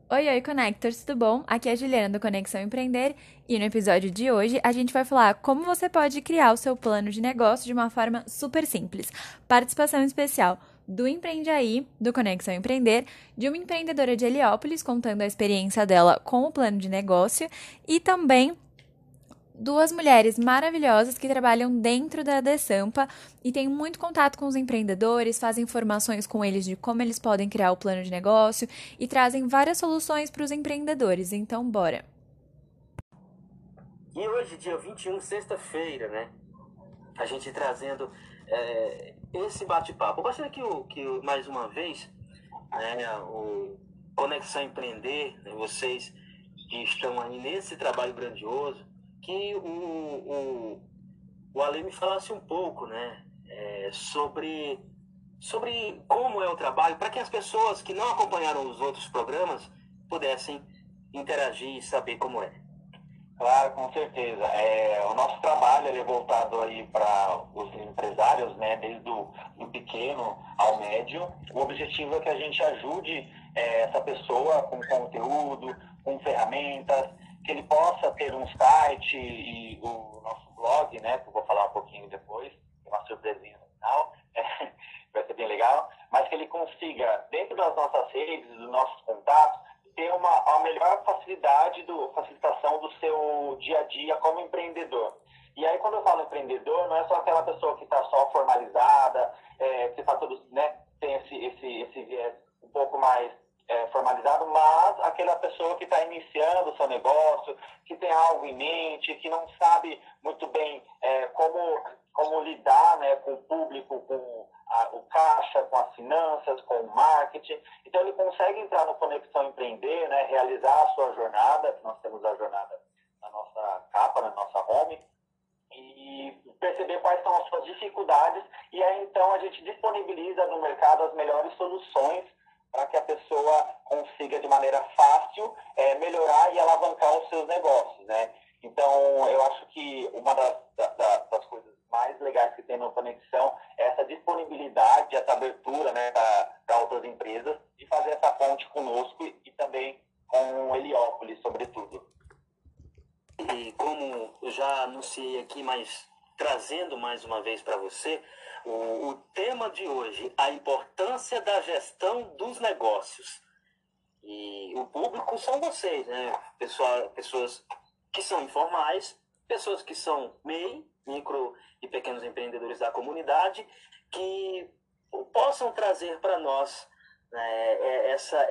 Oi, oi, Connectors, tudo bom? Aqui é a Juliana do Conexão Empreender e no episódio de hoje a gente vai falar como você pode criar o seu plano de negócio de uma forma super simples. Participação especial do Empreende Aí, do Conexão Empreender, de uma empreendedora de Heliópolis contando a experiência dela com o plano de negócio e também duas mulheres maravilhosas que trabalham dentro da Desampa e têm muito contato com os empreendedores, fazem informações com eles de como eles podem criar o plano de negócio e trazem várias soluções para os empreendedores. Então, bora! E hoje, dia 21, sexta-feira, né? A gente trazendo esse bate-papo. Eu gostaria mais uma vez, né, o Conexão Empreender, né, vocês que estão aí nesse trabalho grandioso, que o Ale me falasse um pouco, né, sobre como é o trabalho, para que as pessoas que não acompanharam os outros programas pudessem interagir e saber como é. Claro, com certeza. O nosso trabalho ele é voltado aí para os empresários, né, desde do pequeno ao médio. O objetivo é que a gente ajude essa pessoa com conteúdo, com ferramentas, que ele possa ter um site e o nosso blog, né, que eu vou falar um pouquinho depois, tem uma surpresinha no final, vai ser bem legal, mas que ele consiga, dentro das nossas redes, dos nossos contatos, ter a melhor facilitação do seu dia a dia como empreendedor. E aí, quando eu falo empreendedor, não é só aquela pessoa que está só formalizada, que está todos, né, tem esse viés um pouco mais formalizado, mas aquela pessoa que está iniciando o seu negócio, que tem algo em mente, que não sabe muito bem como lidar, né, com o público, com o caixa, com as finanças, com o marketing. Então, ele consegue entrar no Conexão Empreender, né, realizar a sua jornada, que nós temos a jornada na nossa capa, na nossa home, e perceber quais são as suas dificuldades, e aí, então, a gente disponibiliza no mercado as melhores soluções para que a pessoa consiga, de maneira fácil, melhorar e alavancar os seus negócios, né? Então, eu acho que uma das coisas mais legais que tem no Conexão é essa disponibilidade, essa abertura, né, para outras empresas de fazer essa ponte conosco e também com o Heliópolis, sobretudo. E como eu já anunciei aqui, mas trazendo mais uma vez para você, o tema de hoje, a importância da gestão dos negócios. E o público são vocês, né? Pessoas que são informais, pessoas que são MEI, micro e pequenos empreendedores da comunidade, que possam trazer para nós, né,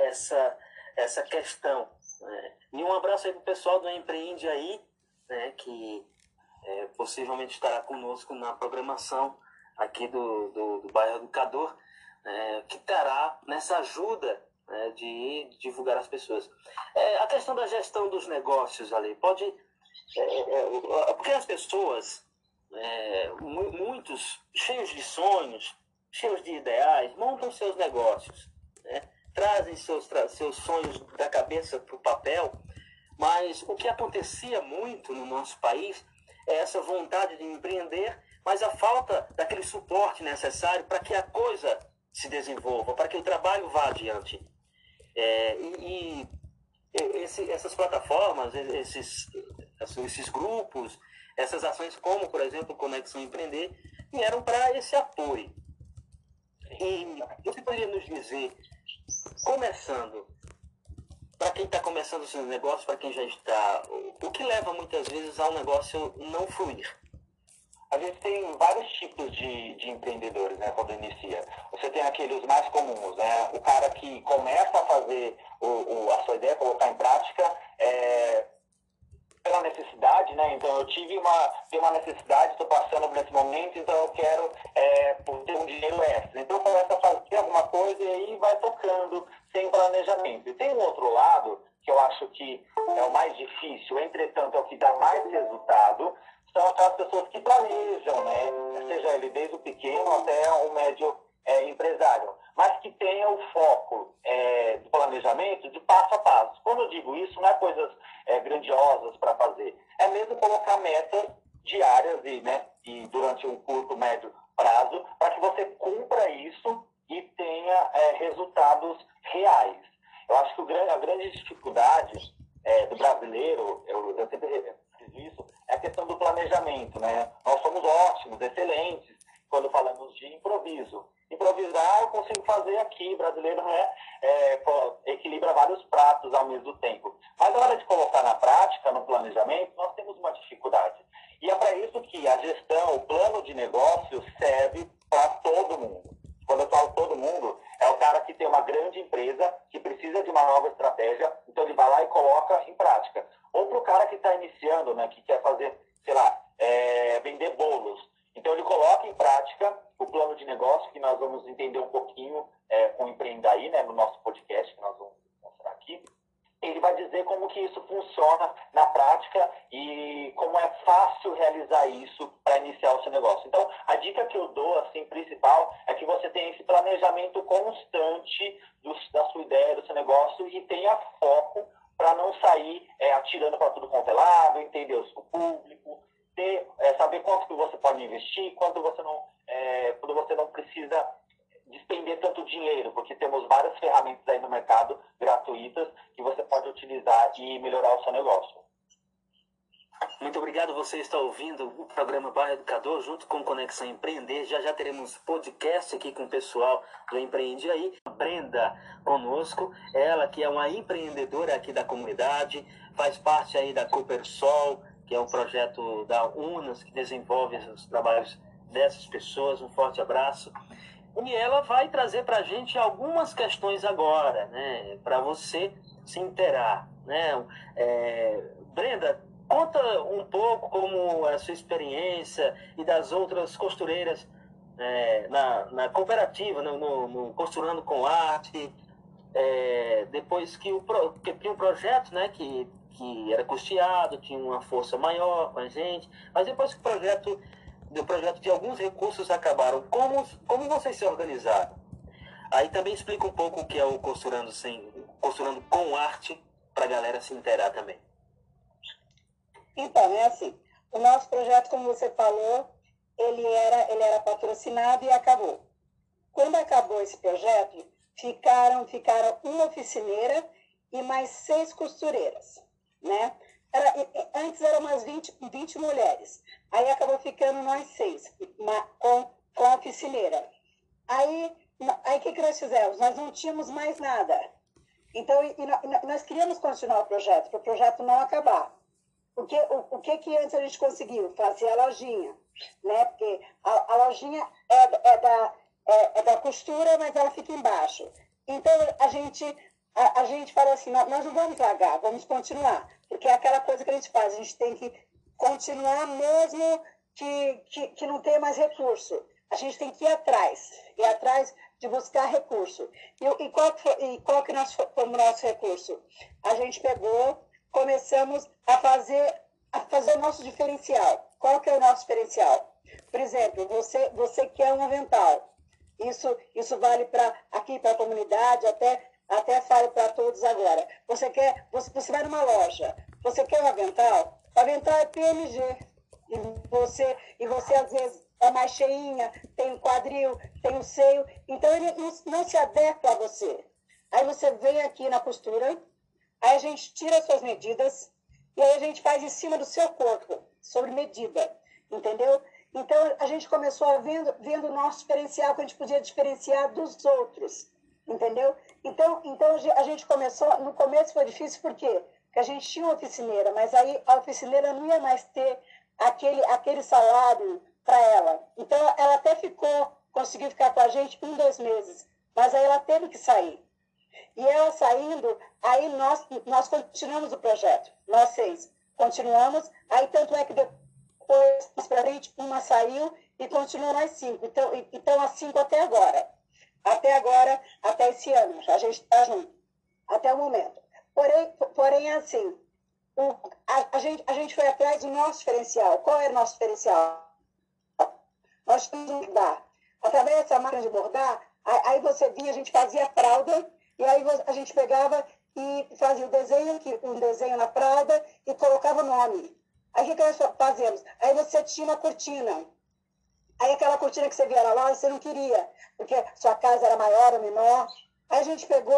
essa questão. Né? E um abraço aí para o pessoal do Empreende Aí, né, que possivelmente estará conosco na programação aqui do Bairro Educador, que estará nessa ajuda, né, de divulgar as pessoas. A questão da gestão dos negócios, ali, pode... porque as pessoas, muitos cheios de sonhos, cheios de ideais, montam seus negócios, né? Trazem seus sonhos da cabeça para o papel, mas o que acontecia muito no nosso país é essa vontade de empreender, mas a falta daquele suporte necessário para que a coisa se desenvolva, para que o trabalho vá adiante. Essas plataformas, esses grupos, essas ações como, por exemplo, Conexão Empreender, vieram para esse apoio. E você poderia nos dizer, começando, para quem está começando os seus negócios, para quem já está, o que leva muitas vezes ao negócio não fluir? A gente tem vários tipos de empreendedores, né, quando inicia. Você tem aqueles mais comuns, né? O cara que começa a fazer a sua ideia, colocar em prática, pela necessidade, né? Então, tenho uma necessidade, estou passando por esse momento, então eu quero ter um dinheiro extra. Então, começa a fazer alguma coisa e aí vai tocando, sem planejamento. E tem um outro lado, que eu acho que é o mais difícil, entretanto, é o que dá mais resultado, são aquelas pessoas que planejam, né? Seja ele desde o pequeno até o médio empresário, mas que tenha o foco do planejamento de passo a passo. Quando eu digo isso, não é coisas grandiosas para fazer, é mesmo colocar metas diárias e durante um curto, médio prazo, para que você cumpra isso e tenha resultados reais. Eu acho que a grande dificuldade do brasileiro, eu sempre fiz isso, é a questão do planejamento, né? Nós somos ótimos, excelentes, quando falamos de improviso. Improvisar eu consigo fazer aqui, brasileiro equilibra vários pratos ao mesmo tempo. Mas na hora de colocar na prática, no planejamento, nós temos uma dificuldade. E é para isso que a gestão, o plano de negócio serve para todo mundo. Quando eu falo todo mundo, é o cara que tem uma grande empresa, que precisa de uma nova estratégia, então ele vai lá e coloca em prática. Ou para o cara que está iniciando, né, que quer fazer, sei lá, vender bolos. Então ele coloca em prática o plano de negócio, que nós vamos entender um pouquinho com o Empreendaí, né, no nosso podcast, que nós vamos mostrar aqui. Ele vai dizer como que isso funciona na prática e como é fácil realizar isso para iniciar o seu negócio. Então, a dica que eu dou, assim, principal, é que você tenha esse planejamento constante da sua ideia, do seu negócio e tenha foco para não sair atirando para tudo quanto é lado, entender o público, saber quanto que você pode investir, quando você não precisa despender tanto dinheiro, porque temos várias ferramentas aí no mercado gratuitas que você pode utilizar e melhorar o seu negócio. Muito obrigado, você está ouvindo o programa Bairro Educador junto com Conexão Empreender. Já teremos podcast aqui com o pessoal do Empreende Aí. A Brenda conosco, ela que é uma empreendedora aqui da comunidade, faz parte aí da Coopersol, que é um projeto da UNAS que desenvolve os trabalhos dessas pessoas. Um forte abraço. E ela vai trazer para a gente algumas questões agora, né, para você se inteirar, né? Brenda, conta um pouco como é a sua experiência e das outras costureiras na cooperativa, no Costurando com Arte, depois que tinha um projeto, né, que era custeado, tinha uma força maior com a gente, mas depois que o projeto de alguns recursos acabaram, como vocês se organizaram? Aí também explica um pouco o que é o Costurando com Arte, para a galera se inteirar também. Então, é assim, o nosso projeto, como você falou, ele era patrocinado e acabou. Quando acabou esse projeto, ficaram uma oficineira e mais 6 costureiras, né? Antes eram umas 20 mulheres. Aí acabou ficando nós 6, com a oficineira. Aí o que nós fizemos? Nós não tínhamos mais nada. Então, nós queríamos continuar o projeto, para o projeto não acabar. Porque o que antes a gente conseguiu? Fazer a lojinha, né? Porque a lojinha é da costura, mas ela fica embaixo. Então, a gente falou assim, nós não vamos largar, vamos continuar. Porque é aquela coisa que a gente faz, a gente tem que continuar mesmo que não tenha mais recurso. A gente tem que ir atrás de buscar recurso. E qual que foi o nosso recurso? A gente começamos a fazer o nosso diferencial. Qual que é o nosso diferencial? Por exemplo, você quer um avental. Isso vale para a comunidade, até falo para todos agora. Você vai numa loja, você quer um avental? O avental é PMG. E você às vezes é mais cheinha, tem o quadril, tem o seio. Então ele não se adequa a você. Aí você vem aqui na costura, aí a gente tira as suas medidas e aí a gente faz em cima do seu corpo, sobre medida. Entendeu? Então a gente começou vendo o nosso diferencial, que a gente podia diferenciar dos outros. Entendeu? Então a gente começou, no começo foi difícil, por quê? Porque a gente tinha uma oficineira, mas aí a oficineira não ia mais ter aquele salário para ela. Então ela até conseguiu ficar com a gente 2 meses, mas aí ela teve que sair. E ela saindo, aí nós continuamos o projeto, nós 6 continuamos, aí tanto é que depois para frente uma saiu e continuou nós 5. Então as 5 até agora. Até esse ano, a gente está junto, até o momento. Porém assim, a gente foi atrás do nosso diferencial. Qual era o nosso diferencial? Nós tínhamos um bordar. Através dessa máquina de bordar, aí você vinha, a gente fazia fralda, e aí a gente pegava e fazia um desenho na fralda e colocava o nome. Aí o que nós fazemos? Aí você tinha uma cortina. Aí aquela cortina que você via na loja, você não queria, porque sua casa era maior ou menor. Aí a gente pegou,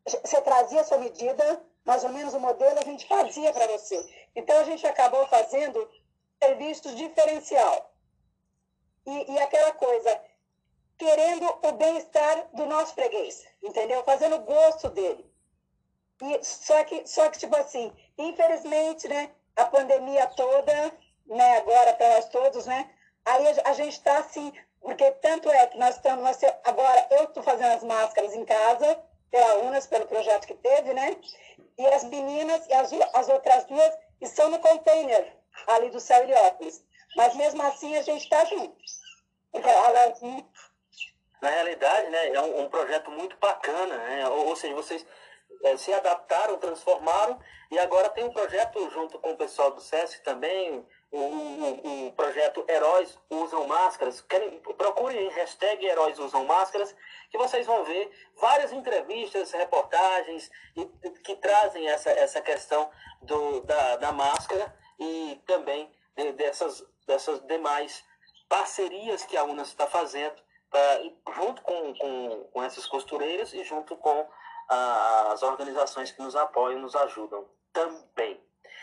você trazia a sua medida, mais ou menos o modelo a gente fazia para você. Então, a gente acabou fazendo serviços diferencial. E aquela coisa, querendo o bem-estar do nosso freguês, entendeu? Fazendo o gosto dele. E só que, tipo assim, infelizmente, né, a pandemia toda, né, agora para nós todos, né, aí a gente está assim, porque tanto é que agora eu estou fazendo as máscaras em casa, pela UNAS, pelo projeto que teve, né, e as meninas e as outras duas estão no container ali do Céu Heliópolis. Mas mesmo assim a gente está junto. Porque na realidade, né, é um projeto muito bacana, né? Ou seja, vocês se adaptaram, transformaram, e agora tem um projeto junto com o pessoal do SESC também, o projeto Heróis Usam Máscaras. Procurem hashtag Heróis Usam Máscaras, que vocês vão ver várias entrevistas, reportagens que trazem essa questão da máscara e também dessas demais parcerias que a UNAS está fazendo, junto com essas costureiras e junto com as organizações que nos apoiam, nos ajudam também.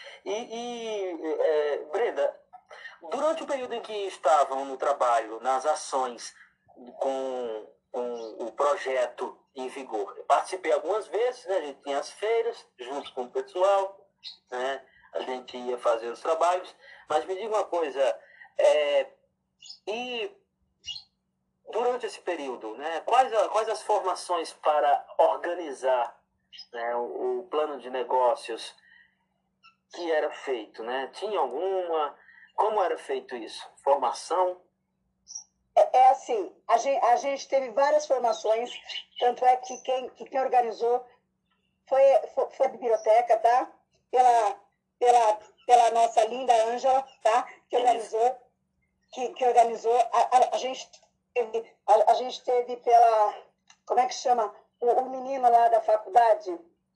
Brenda, durante o período em que estavam no trabalho, nas ações com o projeto em vigor, eu participei algumas vezes, né? A gente tinha as feiras junto com o pessoal, né? A gente ia fazer os trabalhos, mas me diga uma coisa, e durante esse período, né, quais as formações para organizar, né, o plano de negócios que era feito, né? Tinha alguma? Como era feito isso? Formação? Assim, a gente teve várias formações, tanto é que quem organizou foi a biblioteca, tá? Pela nossa linda Ângela, tá? Que organizou, a gente teve pela, como é que chama? O menino lá da faculdade,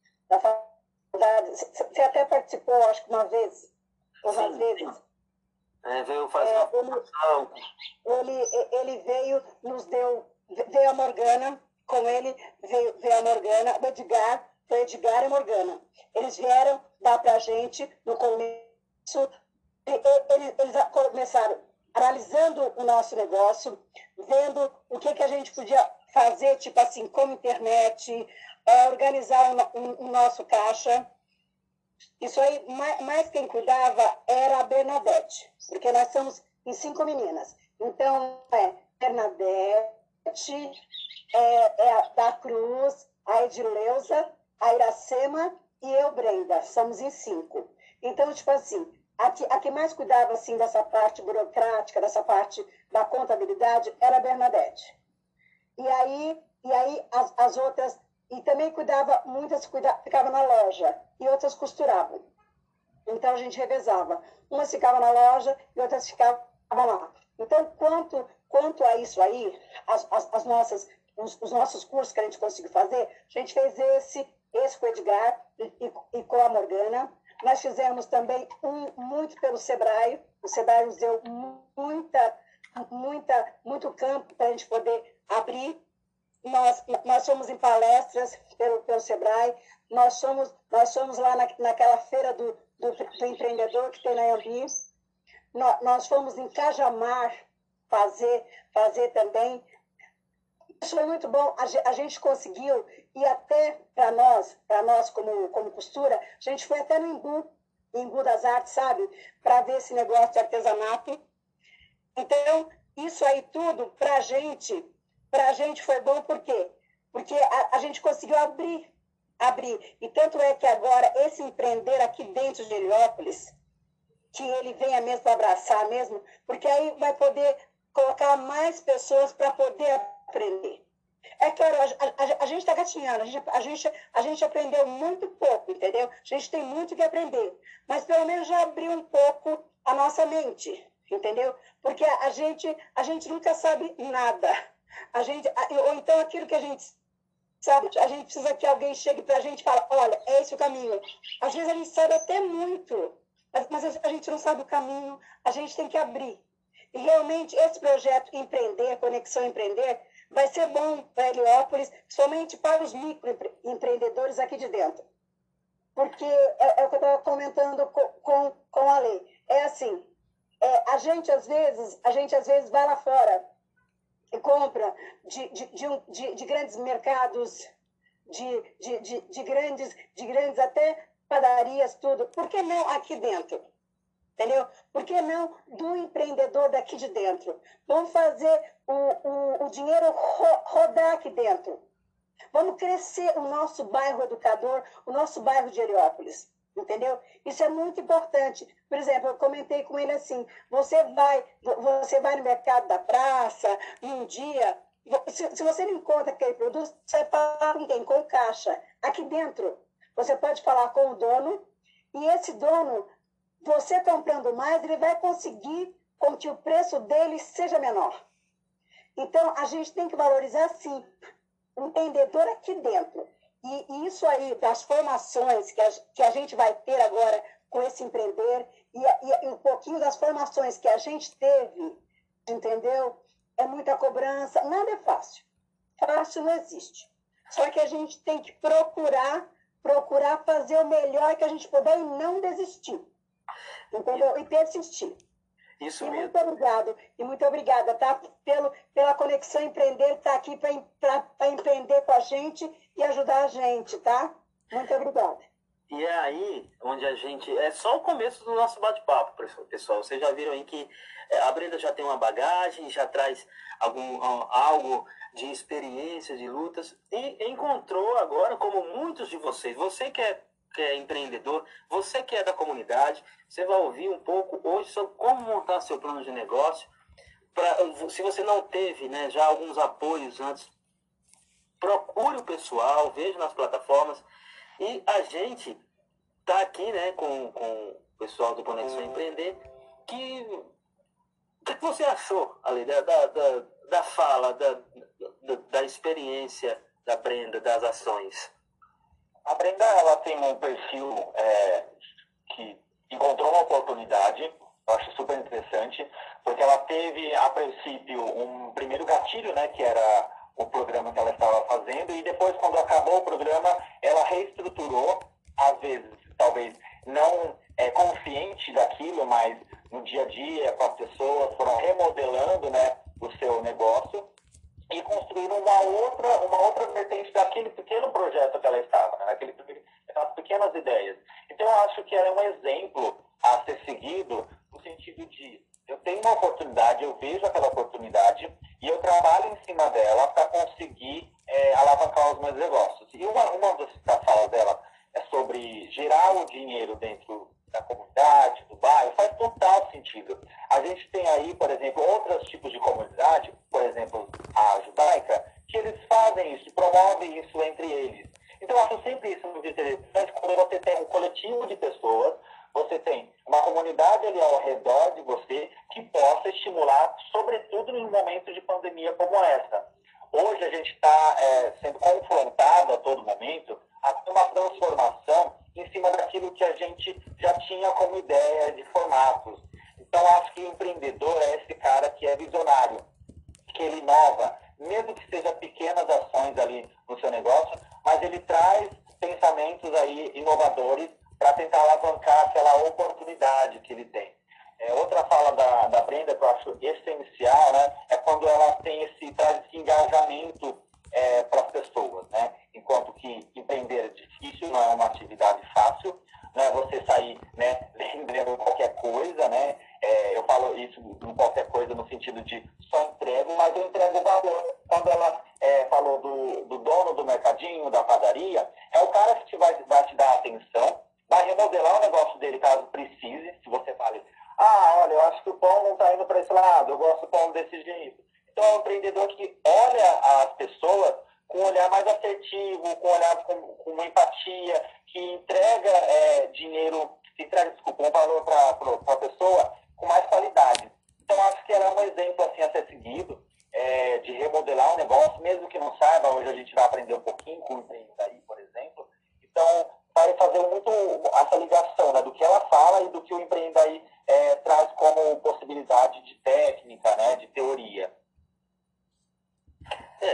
você até participou, acho que uma vez, ou duas vezes. Veio fazer uma formação. Ele veio, veio a Morgana, com ele veio a Morgana, o Edgar e a Morgana. Eles vieram dar pra gente, no começo, eles começaram analisando o nosso negócio, vendo o que a gente podia fazer, tipo assim, como internet, organizar o nosso caixa. Isso aí, mais quem cuidava era a Bernadette, porque nós somos em 5 meninas. Então, Bernadette, a da Cruz, a Edileuza, a Iracema e eu, Brenda. Somos em 5. Então, tipo assim, a que mais cuidava assim, dessa parte burocrática, dessa parte da contabilidade, era a Bernadette. E aí as outras, e também cuidava, muitas ficavam na loja e outras costuravam. Então a gente revezava. Umas ficavam na loja e outras ficavam lá. Então, quanto a isso aí, os nossos cursos que a gente conseguiu fazer, a gente fez esse com o Edgar e com a Morgana. Nós fizemos também muito pelo Sebrae. O Sebrae nos deu muito campo para a gente poder abrir. Nós fomos em palestras pelo Sebrae. Nós fomos lá naquela feira do empreendedor que tem na Iambi. Nós fomos em Cajamar fazer também. Isso foi muito bom. A gente conseguiu, e até para nós como costura, a gente foi até no Embu das Artes, sabe? Para ver esse negócio de artesanato. Então, isso aí tudo, para a gente foi bom, por quê? Porque a gente conseguiu abrir. E tanto é que agora, esse empreender aqui dentro de Heliópolis, que ele venha mesmo abraçar mesmo, porque aí vai poder colocar mais pessoas para poder aprender. É claro, a gente está gatinhando, a gente aprendeu muito pouco, entendeu? A gente tem muito que aprender, mas pelo menos já abriu um pouco a nossa mente, entendeu? Porque a gente nunca sabe nada. Ou então aquilo que a gente sabe, a gente precisa que alguém chegue para a gente e fale, olha, é esse o caminho. Às vezes a gente sabe até muito, mas a gente não sabe o caminho, a gente tem que abrir. E realmente esse projeto Empreender, Conexão Empreender, vai ser bom para Heliópolis, somente para os microempreendedores aqui de dentro. Porque é o que eu estava comentando com a Lei. É assim, a gente às vezes vai lá fora e compra de grandes mercados, de grandes até padarias, tudo. Por que não aqui dentro? Entendeu? Por que não do empreendedor daqui de dentro? Vamos fazer o dinheiro rodar aqui dentro. Vamos crescer o nosso bairro educador, o nosso bairro de Heliópolis. Entendeu? Isso é muito importante. Por exemplo, eu comentei com ele assim, você vai no mercado da praça, num dia, se você não encontra aquele produto, você vai falar com quem? Com o caixa. Aqui dentro, você pode falar com o dono, e esse dono, você comprando mais, ele vai conseguir com que o preço dele seja menor. Então, a gente tem que valorizar, sim, o empreendedor aqui dentro. E isso aí, das formações que a gente vai ter agora com esse empreender, e um pouquinho das formações que a gente teve, entendeu? É muita cobrança, nada é fácil. Fácil não existe. Só que a gente tem que procurar fazer o melhor que a gente puder e não desistir. Entendeu? E persistir. Isso e mesmo. Muito obrigada, tá? Pela Conexão Empreender, tá aqui para empreender com a gente e ajudar a gente, tá? Muito obrigada. E é aí onde a gente... É só o começo do nosso bate-papo, pessoal. Vocês já viram aí que a Brenda já tem uma bagagem, já traz algo de experiência, de lutas, e encontrou agora, como muitos de vocês, você que é empreendedor, você que é da comunidade, você vai ouvir um pouco hoje sobre como montar seu plano de negócio. Se você não teve, né, já alguns apoios antes, procure o pessoal, veja nas plataformas. E a gente está aqui, né, com o pessoal do Conexão Empreender. O que você achou, ali, da fala, da experiência da Brenda, das ações? A Brenda, ela tem um perfil que encontrou uma oportunidade, eu acho super interessante, porque ela teve, a princípio, um primeiro gatilho, né, que era o programa que ela estava fazendo, e depois, quando acabou o programa, ela reestruturou, às vezes, talvez não consciente daquilo, mas no dia a dia, com as pessoas, foram remodelando, né, o seu negócio, e construíram uma outra vertente daquele pequeno projeto que ela estava, né? Aquelas pequenas ideias. Então, eu acho que ela é um exemplo a ser seguido no sentido de eu tenho uma oportunidade, eu vejo aquela oportunidade e eu trabalho em cima dela para conseguir alavancar os meus negócios. E uma das falas dela é sobre gerar o dinheiro dentro da comunidade, do bairro, faz total sentido. A gente tem aí, por exemplo, outros tipos de comunidade, por exemplo, a judaica, que eles fazem isso, promovem isso entre eles. Então, eu acho sempre isso muito interessante, quando você tem um coletivo de pessoas, você tem uma comunidade ali ao redor de você que possa estimular, sobretudo em momentos de pandemia como essa. Hoje a gente está sendo confrontado a todo momento a ter uma transformação em cima daquilo que a gente já tinha como ideia de formatos. Então, acho que o empreendedor é esse cara que é visionário, que ele inova, mesmo que sejam pequenas ações ali no seu negócio, mas ele traz pensamentos aí inovadores para tentar alavancar aquela oportunidade que ele tem. Outra fala da Brenda que eu acho essencial, né, é quando ela traz esse engajamento para as pessoas, né? Enquanto que empreender é difícil, não é uma atividade fácil, não é você sair, né, vendendo qualquer coisa, né? Eu falo isso em qualquer coisa no sentido de só entrego, mas eu entrego valor. Quando ela falou do dono do mercadinho, da padaria, é o cara que vai te dar atenção, vai remodelar o negócio dele caso precise, se você fale, olha, eu acho que o pão não está indo para esse lado, eu gosto do pão desse jeito. Então, é um empreendedor que olha as pessoas com um olhar mais assertivo, com um olhar com uma empatia, que entrega um valor para a pessoa com mais qualidade. Então, acho que ela é um exemplo assim, a ser seguido, de remodelar um negócio, mesmo que não saiba, hoje a gente vai aprender um pouquinho com o Empreendaí, por exemplo. Então, vai fazer muito essa ligação, né, do que ela fala e do que o Empreendaí traz como possibilidade de técnica, né, de teoria.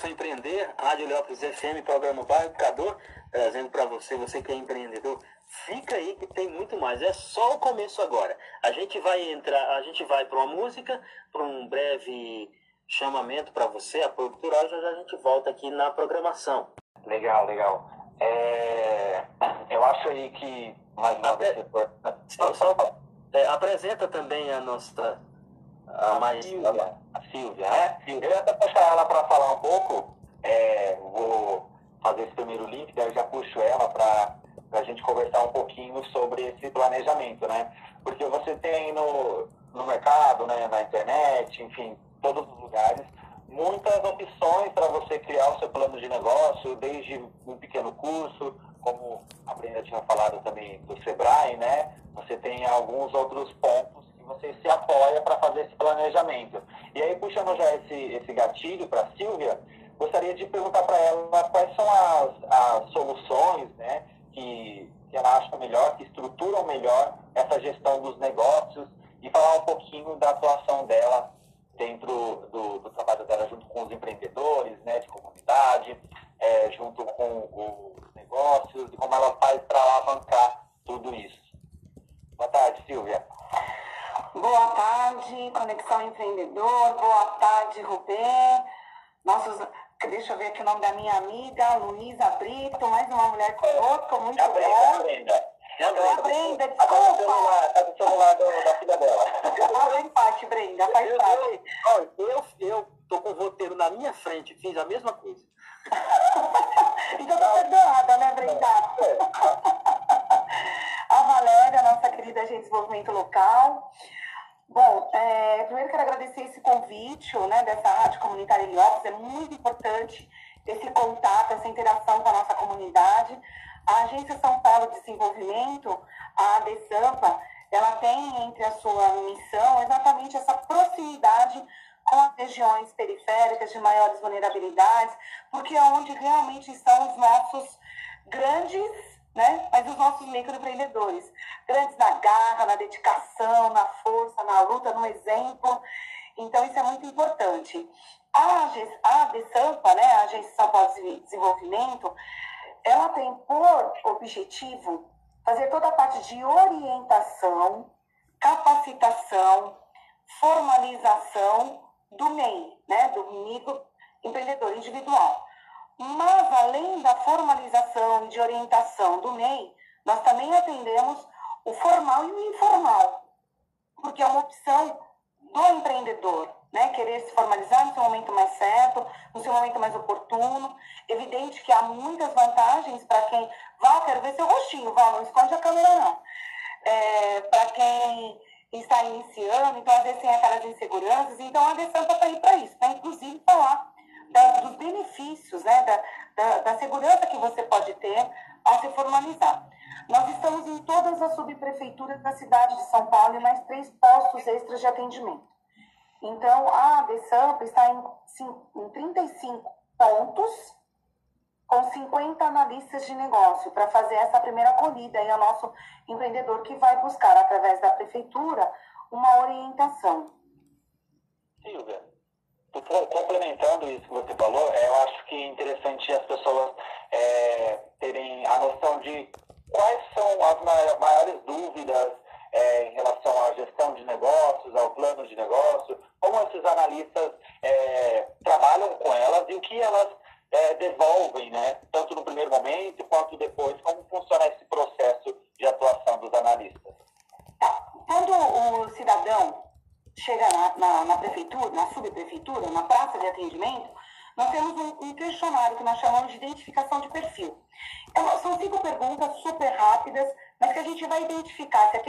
Conexão Empreender, Rádio Heliópolis FM, programa Bairro Educador, trazendo para você, você que é empreendedor, fica aí que tem muito mais. É só o começo agora. A gente vai para uma música, para um breve chamamento para você, apoio cultural, já a gente volta aqui na programação. Legal. Eu acho aí que mais uma vez apresenta também a nossa a Silvia, né? Eu ia até puxar ela para falar um pouco. Vou fazer esse primeiro link, daí eu já puxo ela para a gente conversar um pouquinho sobre esse planejamento, né? Porque você tem no mercado, né, na internet, enfim, todos os lugares, muitas opções para você criar o seu plano de negócio, desde um pequeno curso, como a Brenda tinha falado também do Sebrae, né? Você tem alguns outros pontos que você se apoia para fazer esse planejamento. E aí, puxando já esse gatilho para a Silvia, gostaria de perguntar para ela quais são as soluções, né, que ela acha melhor, que estruturam melhor essa gestão dos negócios, e falar um pouquinho da atuação dela dentro do trabalho dela junto com os empreendedores, né, de comunidade, junto com os negócios, e como ela faz para alavancar tudo isso. Boa tarde, Silvia. Boa tarde, Conexão Empreendedor. Boa tarde, Rubem. Deixa eu ver aqui o nome da minha amiga, Luísa Brito, mais uma mulher conosco, muito bom. A Brenda, desculpa. Tá com o celular da filha dela. Faz parte, Brenda, faz parte. Eu tô com o roteiro na minha frente, fiz a mesma coisa. Então tá perdoada, né, Brenda? A Valéria, nossa querida agente de desenvolvimento local. Bom, primeiro quero agradecer esse convite, né, dessa Rádio Comunitária Heliópolis. É muito importante esse contato, essa interação com a nossa comunidade. A Agência São Paulo de Desenvolvimento, a ADSAMPA, ela tem entre a sua missão exatamente essa proximidade com as regiões periféricas de maiores vulnerabilidades, porque é onde realmente estão os nossos grandes, né, mas os nossos microempreendedores, grandes na garra, na dedicação, na força, na luta, no exemplo. Então, isso é muito importante. A ADSAMPA, né, a Agência São Paulo de Desenvolvimento, ela tem por objetivo fazer toda a parte de orientação, capacitação, formalização do MEI, né, do microempreendedor individual. Mas, além da formalização e de orientação do MEI, nós também atendemos o formal e o informal, porque é uma opção do empreendedor, né? Querer se formalizar no seu momento mais certo, no seu momento mais oportuno. Evidente que há muitas vantagens para quem... quero ver seu rostinho, não esconde a câmera, não. Para quem está iniciando, então às vezes tem aquelas inseguranças, então a ADSAMPA está aí para isso, para inclusive falar dos benefícios, né, da segurança que você pode ter ao se formalizar. Nós estamos em todas as subprefeituras da cidade de São Paulo e mais 3 postos extras de atendimento. Então, a ADSAMPA está em 35 pontos com 50 analistas de negócio para fazer essa primeira acolhida aí ao nosso empreendedor que vai buscar, através da prefeitura, uma orientação. Silvia, complementando isso que você falou, eu acho que é interessante as pessoas terem a noção de quais são as maiores dúvidas em relação à gestão de negócios, ao plano de negócio, como esses analistas trabalham com elas e o que elas devolvem, né? Tanto no primeiro momento quanto depois, como funciona esse processo de atuação dos analistas. Quando o cidadão chega na prefeitura, na subprefeitura, na praça de atendimento, nós temos um questionário que nós chamamos de identificação de perfil. São 5 perguntas super rápidas, mas que a gente vai identificar se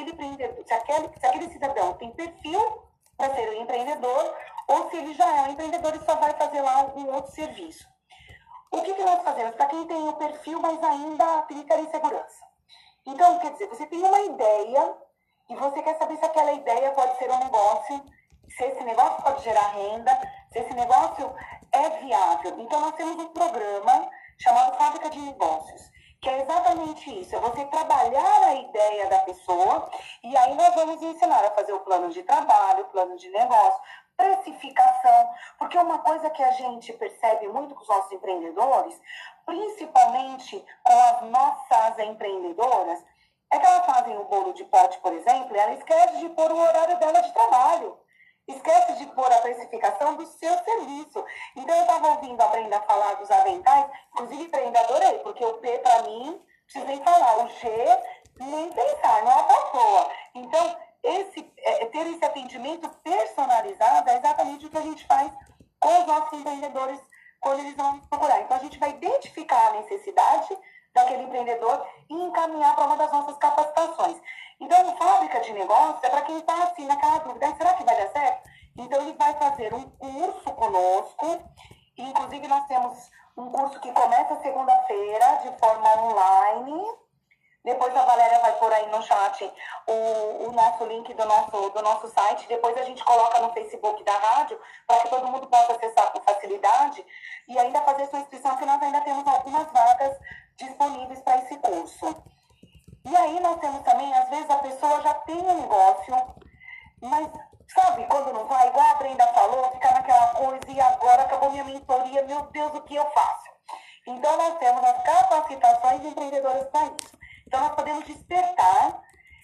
aquele cidadão tem perfil para ser um empreendedor ou se ele já é um empreendedor e só vai fazer lá algum outro serviço. O que nós fazemos? Para quem tem o perfil, mas ainda fica em segurança. Então, quer dizer, você tem uma ideia e você quer saber se aquela ideia pode ser um negócio, se esse negócio pode gerar renda, se esse negócio é viável. Então, nós temos um programa chamado Fábrica de Negócios, que é exatamente isso, é você trabalhar a ideia da pessoa e aí nós vamos ensinar a fazer o plano de trabalho, o plano de negócio, precificação, porque uma coisa que a gente percebe muito com os nossos empreendedores, principalmente com as nossas empreendedoras, é que elas fazem o bolo de pote, por exemplo, e ela esquece de pôr o horário dela de trabalho. Esquece de pôr a precificação do seu serviço. Então, eu estava ouvindo a Brenda falar dos aventais, inclusive, Brenda, adorei, porque o P, para mim, preciso nem falar, o G, nem pensar, não é à toa. Então, ter esse atendimento personalizado é exatamente o que a gente faz com os nossos empreendedores quando eles vão nos procurar. Então, a gente vai identificar a necessidade daquele empreendedor e encaminhar para uma das nossas capacitações. Então, fábrica de negócio é para quem está assim naquela dúvida, será que vai dar certo? Então, ele vai fazer um curso conosco, e, inclusive nós temos um curso que começa segunda-feira de forma online. Depois a Valéria vai pôr aí no chat o nosso link do nosso site. Depois a gente coloca no Facebook da rádio para que todo mundo possa acessar com facilidade e ainda fazer sua inscrição, que nós ainda temos algumas vagas disponíveis para esse curso. E aí nós temos também, às vezes a pessoa já tem um negócio, mas sabe, quando não vai, igual a Brenda falou, fica naquela coisa, e agora acabou minha mentoria, meu Deus, o que eu faço? Então nós temos as capacitações de empreendedoras para isso. Então nós podemos despertar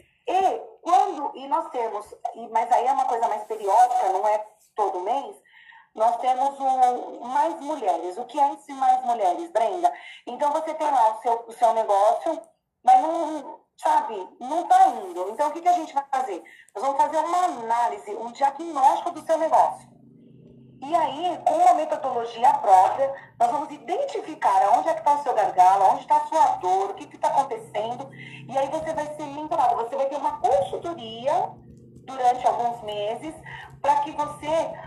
e nós temos, mas aí é uma coisa mais periódica, não é todo mês, nós temos Mais Mulheres. O que é esse Mais Mulheres, Brenda? Então você tem lá o seu negócio, mas não, sabe, não está indo. Então o que a gente vai fazer? Nós vamos fazer uma análise, um diagnóstico do seu negócio. E aí, com uma metodologia própria, nós vamos identificar onde é que está o seu gargalo, onde está a sua dor, o que está acontecendo. E aí você vai ser mentorado, você vai ter uma consultoria durante alguns meses para que você,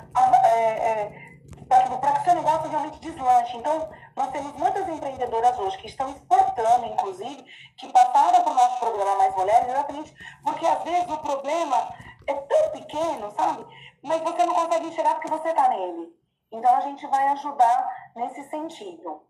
para que o seu negócio realmente deslanche. Então, nós temos muitas empreendedoras hoje que estão exportando, inclusive, que passaram para o nosso programa Mais Mulheres, exatamente porque às vezes o problema é tão pequeno, sabe? Mas você não consegue enxergar porque você está nele. Então, a gente vai ajudar nesse sentido.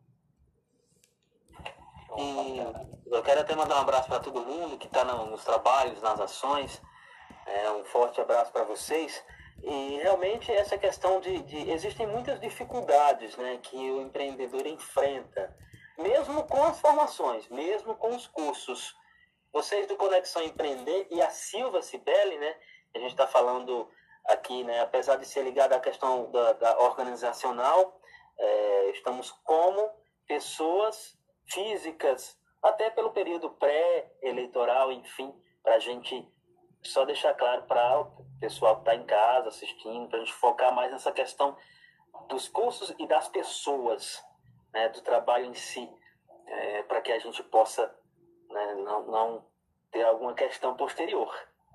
E eu quero até mandar um abraço para todo mundo que está nos trabalhos, nas ações. Um forte abraço para vocês. E realmente essa questão existem muitas dificuldades, né, que o empreendedor enfrenta, mesmo com as formações, mesmo com os cursos. Vocês do Conexão Empreender e a Silva Cibele, né, a gente está falando aqui, né, apesar de ser ligado à questão da organizacional, estamos como pessoas físicas, até pelo período pré-eleitoral, enfim, para a gente só deixar claro para o pessoal que está em casa assistindo, para a gente focar mais nessa questão dos cursos e das pessoas, né, do trabalho em si, para que a gente possa, né, não ter alguma questão posterior.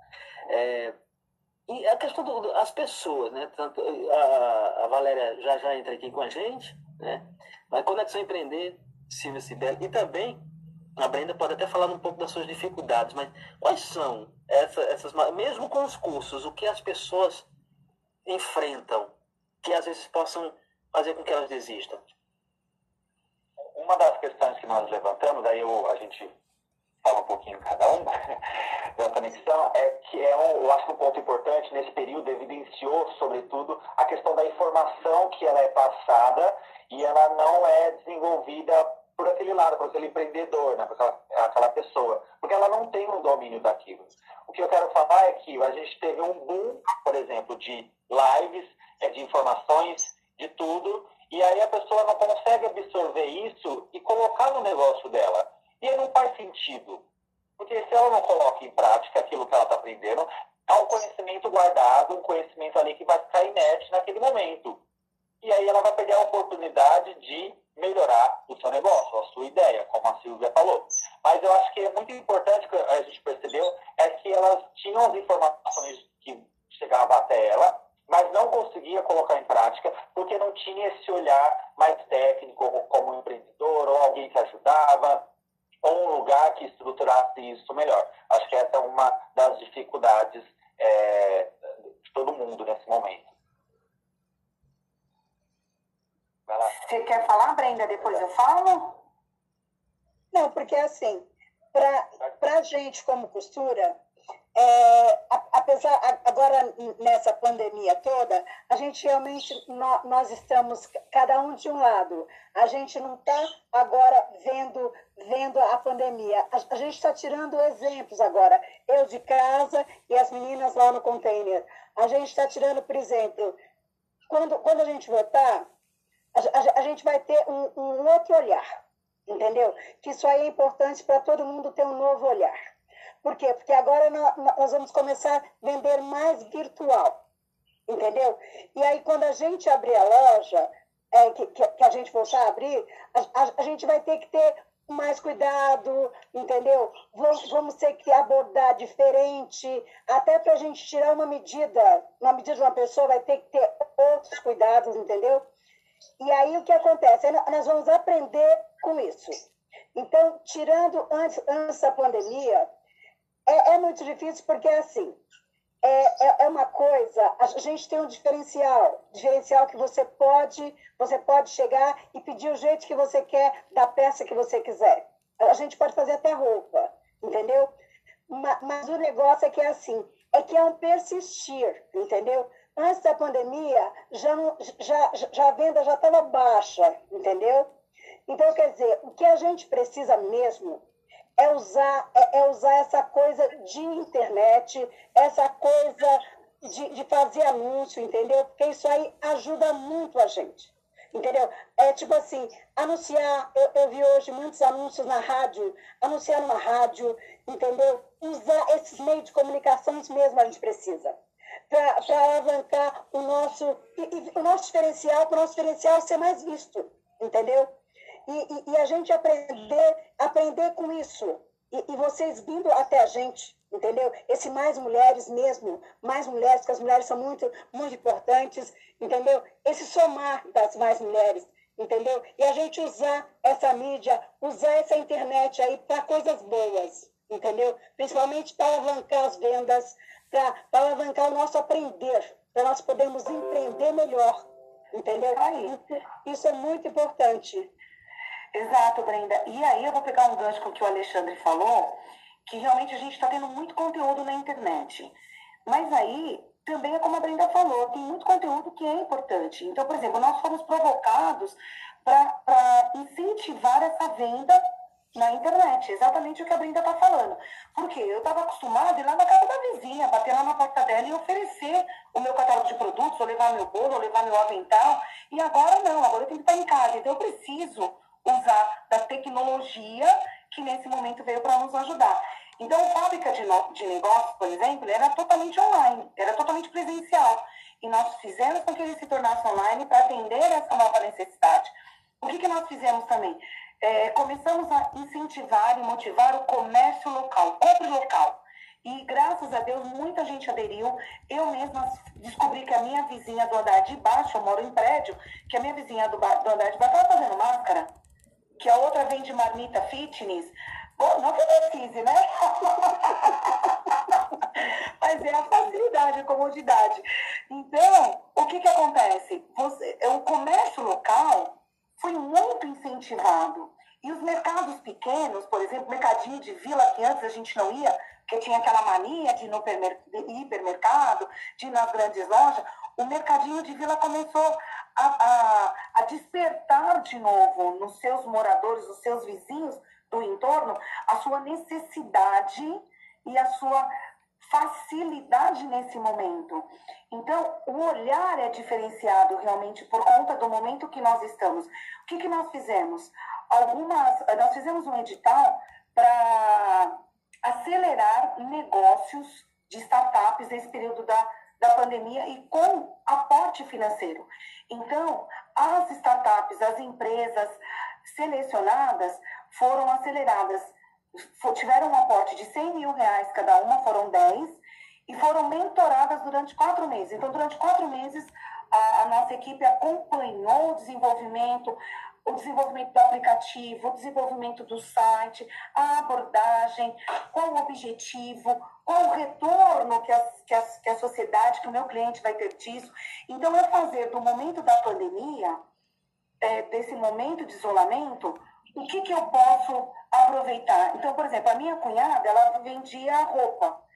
E a questão das pessoas, né? Tanto a Valéria já entra aqui com a gente, né? Mas Conexão Empreender, Silvia Cibele, e também a Brenda pode até falar um pouco das suas dificuldades, mas quais são essas, mesmo com os cursos, o que as pessoas enfrentam, que às vezes possam fazer com que elas desistam? Uma das questões que nós levantamos, aí a gente fala um pouquinho cada um, da conexão, é que eu acho que um ponto importante nesse período evidenciou, sobretudo, a questão da informação que ela é passada e ela não é desenvolvida por aquele lado, por aquele empreendedor, né, por aquela pessoa, porque ela não tem um domínio daquilo. O que eu quero falar é que a gente teve um boom, por exemplo, de lives, de informações, de tudo, e aí a pessoa não consegue absorver isso e colocar no negócio dela. E aí não faz sentido, porque se ela não coloca em prática aquilo que ela está aprendendo, há um conhecimento guardado, um conhecimento ali que vai ficar inerte naquele momento. E aí ela vai perder a oportunidade de melhorar o seu negócio, a sua ideia, como a Silvia falou. Mas eu acho que é muito importante, que a gente percebeu, é que elas tinham as informações que chegavam até ela, mas não conseguia colocar em prática, porque não tinha esse olhar mais técnico, como um empreendedor, ou alguém que ajudava, ou um lugar que estruturasse isso melhor. Acho que essa é uma das dificuldades de todo mundo nesse momento. Você quer falar, Brenda? Depois eu falo? Não, porque assim, para a gente como costura, Agora nessa pandemia toda, a gente realmente, nós estamos cada um de um lado. A gente não está agora vendo a pandemia. A gente está tirando exemplos agora. Eu de casa e as meninas lá no container. A gente está tirando, por exemplo, quando a gente votar, a gente vai ter um outro olhar, entendeu? Que isso aí é importante para todo mundo ter um novo olhar. Por quê? Porque agora nós vamos começar a vender mais virtual, entendeu? E aí, quando a gente abrir a loja, que a gente voltar a abrir, a gente vai ter que ter mais cuidado, entendeu? Vamos ter que abordar diferente, até para a gente tirar uma medida de uma pessoa, vai ter que ter outros cuidados, entendeu? E aí, o que acontece? Nós vamos aprender com isso. Então, tirando antes da pandemia, é muito difícil porque, assim, é uma coisa, a gente tem um diferencial que você pode chegar e pedir o jeito que você quer, da peça que você quiser. A gente pode fazer até roupa, entendeu? Mas o negócio é que é assim, que é um persistir, entendeu? Antes da pandemia, a venda já estava baixa, entendeu? Então, quer dizer, o que a gente precisa mesmo é usar essa coisa de internet, essa coisa de fazer anúncio, entendeu? Porque isso aí ajuda muito a gente, entendeu? É tipo assim, anunciar, eu vi hoje muitos anúncios na rádio, anunciar numa rádio, entendeu? Usar esses meios de comunicação mesmo a gente precisa. Para alavancar o nosso diferencial, para o nosso diferencial ser mais visto, entendeu? E a gente aprender com isso. E vocês vindo até a gente, entendeu? Esse mais mulheres mesmo, mais mulheres, porque as mulheres são muito, muito importantes, entendeu? Esse somar das mais mulheres, entendeu? E a gente usar essa mídia, usar essa internet aí para coisas boas, entendeu? Principalmente para alavancar as vendas, para alavancar o nosso aprender, para nós podermos empreender melhor, entendeu? Isso é muito importante. Exato, Brenda. E aí eu vou pegar um gancho com o que o Alexandre falou, que realmente a gente está tendo muito conteúdo na internet. Mas aí também é como a Brenda falou, tem muito conteúdo que é importante. Então, por exemplo, nós fomos provocados para incentivar essa venda na internet, exatamente o que a Brenda está falando. Porque eu estava acostumada a ir lá na casa da vizinha, bater lá na porta dela e oferecer o meu catálogo de produtos, ou levar meu bolo, ou levar meu avental. E agora não, agora eu tenho que estar em casa. Então eu preciso usar da tecnologia que nesse momento veio para nos ajudar. Então, a fábrica de negócios, por exemplo, era totalmente online, era totalmente presencial. E nós fizemos com que ele se tornasse online para atender essa nova necessidade. O que nós fizemos também? Começamos a incentivar e motivar o comércio local, compre local. E, graças a Deus, muita gente aderiu. Eu mesma descobri que a minha vizinha do andar de baixo, eu moro em prédio, que a minha vizinha do andar de baixo estava fazendo máscara, que a outra vende marmita fitness. Bom, não que eu precise, né? Mas é a facilidade, a comodidade. Então, o que acontece? O comércio local foi muito incentivado. E os mercados pequenos, por exemplo, mercadinho de vila, que antes a gente não ia, porque tinha aquela mania de ir no hipermercado, de ir nas grandes lojas, o mercadinho de vila começou a despertar de novo nos seus moradores, nos seus vizinhos do entorno, a sua necessidade e a sua facilidade nesse momento. Então, o olhar é diferenciado realmente por conta do momento que nós estamos. O que nós fizemos? Nós fizemos um edital para acelerar negócios de startups nesse período da pandemia e com aporte financeiro. Então, as startups, as empresas selecionadas foram aceleradas, tiveram um aporte de R$100 mil cada uma, foram 10, e foram mentoradas durante 4 meses. Então, durante 4 meses, a nossa equipe acompanhou o desenvolvimento do aplicativo, o desenvolvimento do site, a abordagem, qual o objetivo, qual o retorno que a sociedade, que o meu cliente vai ter disso. Então, é fazer do momento da pandemia, desse momento de isolamento, o que eu posso aproveitar. Então, por exemplo, a minha cunhada, ela vendia roupa.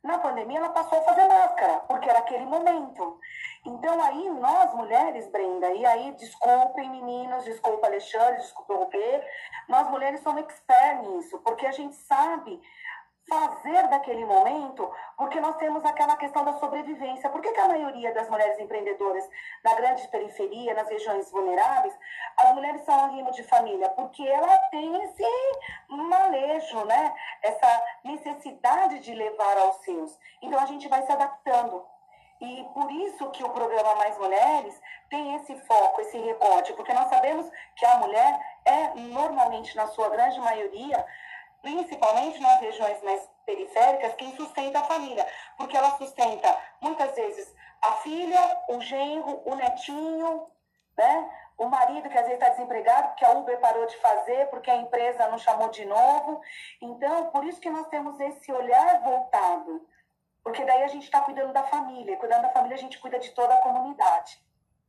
Na pandemia, ela passou a fazer máscara, porque era aquele momento. Então, aí, nós mulheres, Brenda, e aí, desculpem, meninos, desculpa, Alexandre, desculpa, Rubê, nós mulheres somos expert nisso, porque a gente sabe fazer daquele momento, porque nós temos aquela questão da sobrevivência. Por que a maioria das mulheres empreendedoras na grande periferia, nas regiões vulneráveis, as mulheres são arrimo de família? Porque ela tem esse manejo, né? Essa necessidade de levar aos seus. Então, a gente vai se adaptando. E por isso que o programa Mais Mulheres tem esse foco, esse recorte, porque nós sabemos que a mulher é, normalmente, na sua grande maioria, principalmente nas regiões mais periféricas, quem sustenta a família, porque ela sustenta, muitas vezes, a filha, o genro, o netinho, né? O marido que às vezes está desempregado, porque a Uber parou de fazer, porque a empresa não chamou de novo. Então, por isso que nós temos esse olhar voltado, porque daí a gente está cuidando da família, e cuidando da família a gente cuida de toda a comunidade.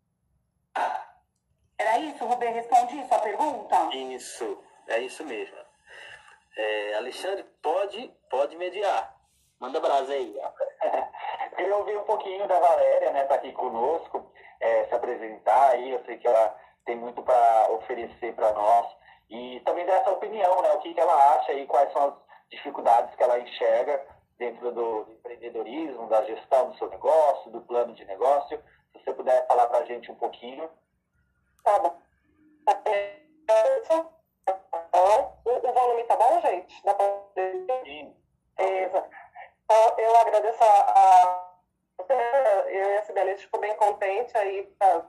Era isso? O Rubem responde isso, a pergunta? Isso, é isso mesmo. Alexandre, pode mediar. Manda brasa aí. Queria ouvir um pouquinho da Valéria, né? Tá aqui conosco, se apresentar aí. Eu sei que ela tem muito para oferecer para nós. E também dessa opinião, né? O que ela acha e quais são as dificuldades que ela enxerga dentro do empreendedorismo, da gestão do seu negócio, do plano de negócio. Se você puder falar para a gente um pouquinho. Tá bom. O volume tá bom, gente? Dá pra ver? Sim. Então, eu agradeço eu e a Sibeli, ficou bem contente aí.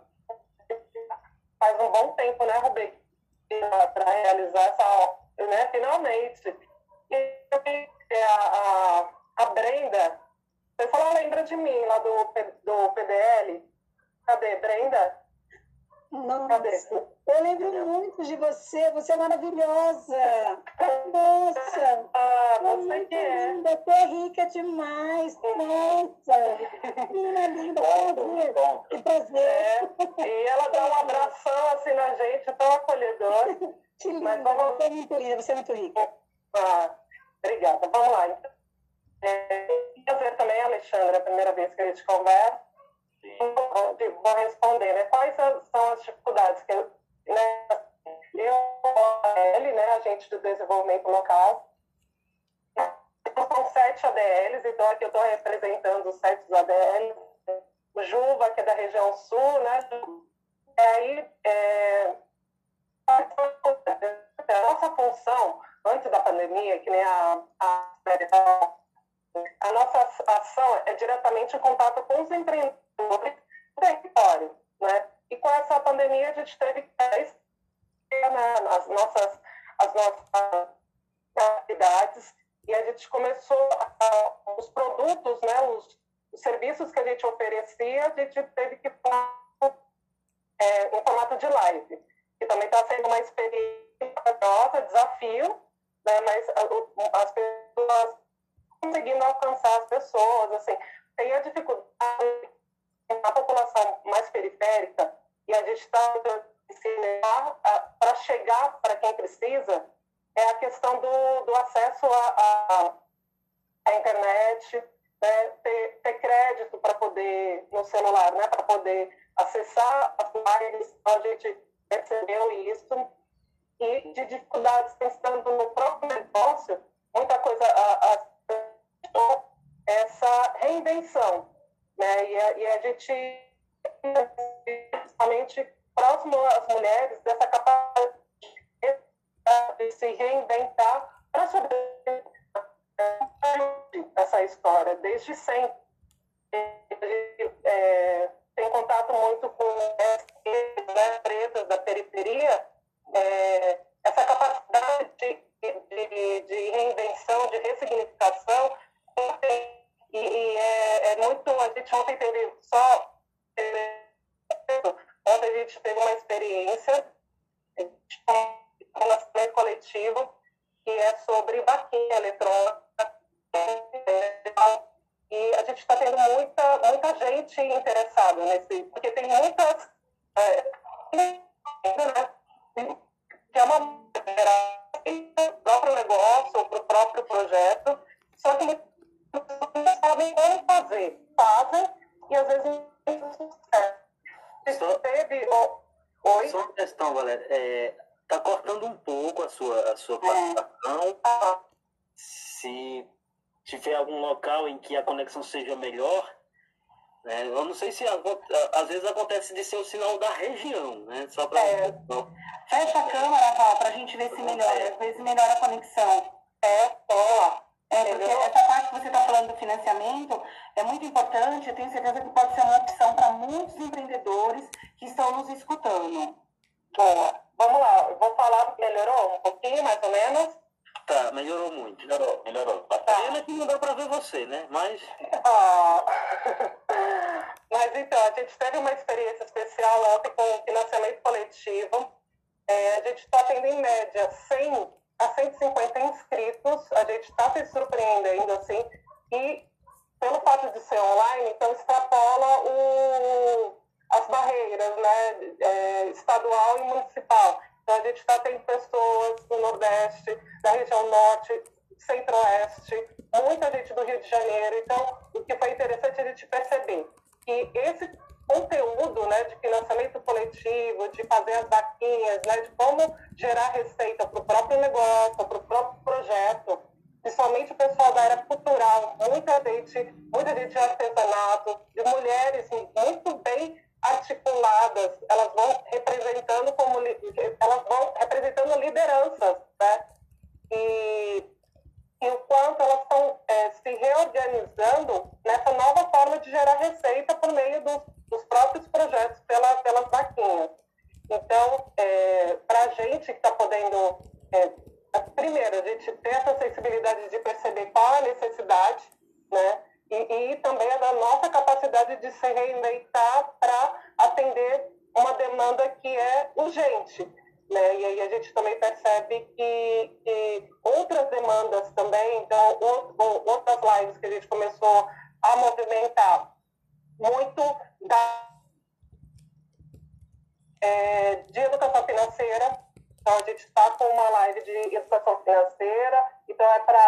Faz um bom tempo, né, Rubem? Para realizar essa, né, finalmente. E a Brenda, você falou, lembra de mim lá do PDL? Cadê, Brenda? Nossa, eu lembro muito de você, você é maravilhosa. Nossa, você que é. linda, você é rica demais. Nossa, menina linda, prazer. Que prazer. E ela dá um abração assim na gente, tão acolhedor. Que linda, você é muito linda, você é muito rica. Obrigada, vamos lá. Então. Prazer também, Alexandre, é a primeira vez que a gente conversa. Vou responder, né? Quais são as dificuldades que ele, né, agente do desenvolvimento local, são 7 ADLs, então aqui eu estou representando os 7 ADLs, o Juva, que é da região sul, né? E aí, a nossa função, antes da pandemia, que nem a nossa ação é diretamente em contato com os empreendedores do território, né? E com essa pandemia a gente teve que as nossas atividades e a gente começou os produtos, né? Os serviços que a gente oferecia, a gente teve que falar em formato de live, que também está sendo uma experiência nossa, desafio, né? Mas as pessoas conseguindo alcançar as pessoas, assim, tem a dificuldade na população mais periférica e a gente está ensinar para chegar para quem precisa é a questão do acesso à internet, né, ter crédito para poder, no celular, né, para poder acessar as lives, a gente percebeu isso, e de dificuldades pensando no próprio negócio, muita coisa, essa reinvenção, né, e a gente, principalmente próximo às mulheres, dessa capacidade de se reinventar para sobreviver essa história, desde sempre. Tem contato muito com as pretas da periferia, essa capacidade de reinvenção, de ressignificação, e é muito, a gente ontem teve ontem a gente teve uma experiência um relacionamento coletivo que é sobre vaquinha eletrônica, e a gente está tendo muita gente interessada nesse, porque tem muitas que é uma para o próprio negócio ou para o próprio projeto, só que fazer, fazem, e às vezes não sucesso. Teve... Oi? Só uma questão, Valéria. Tá cortando um pouco a sua participação. Se tiver algum local em que a conexão seja melhor, né? Eu não sei se às vezes acontece de ser o sinal da região, né? Só para fecha a câmera, Val, para a gente ver se melhora. Às vezes melhora a conexão. Vamos lá. Porque essa parte que você está falando do financiamento é muito importante. Eu tenho certeza que pode ser uma opção para muitos empreendedores que estão nos escutando. Boa. Vamos lá. Eu vou falar, melhorou um pouquinho, mais ou menos? Tá, melhorou muito. Melhorou. A pena que não dá para ver você, né? Mas... Mas então, a gente teve uma experiência especial ontem com o financiamento coletivo. A gente está tendo em média 100 a 150 inscritos. A gente está se surpreendendo, assim, e pelo fato de ser online, então extrapola as barreiras, né, estadual e municipal. Então, a gente está tendo pessoas do Nordeste, da região Norte, Centro-Oeste, muita gente do Rio de Janeiro. Então, o que foi interessante a gente perceber que esse conteúdo, né, de financiamento coletivo, de fazer as vaquinhas, né, de como gerar receita para o próprio negócio, para o próprio projeto, principalmente o pessoal da área cultural, muita gente de artesanato, de mulheres muito bem articuladas, elas vão representando lideranças, né? E o quanto elas estão se reorganizando nessa nova forma de gerar receita por meio dos próprios projetos pelas vaquinhas. Então, para a gente que está podendo, primeiro, a gente ter essa sensibilidade de perceber qual é a necessidade, né? E também a nossa capacidade de se reinventar para atender uma demanda que é urgente, né? E aí a gente também percebe que outras demandas também, então outras lives que a gente começou a movimentar muito de educação financeira. Então a gente está com uma live de educação financeira, então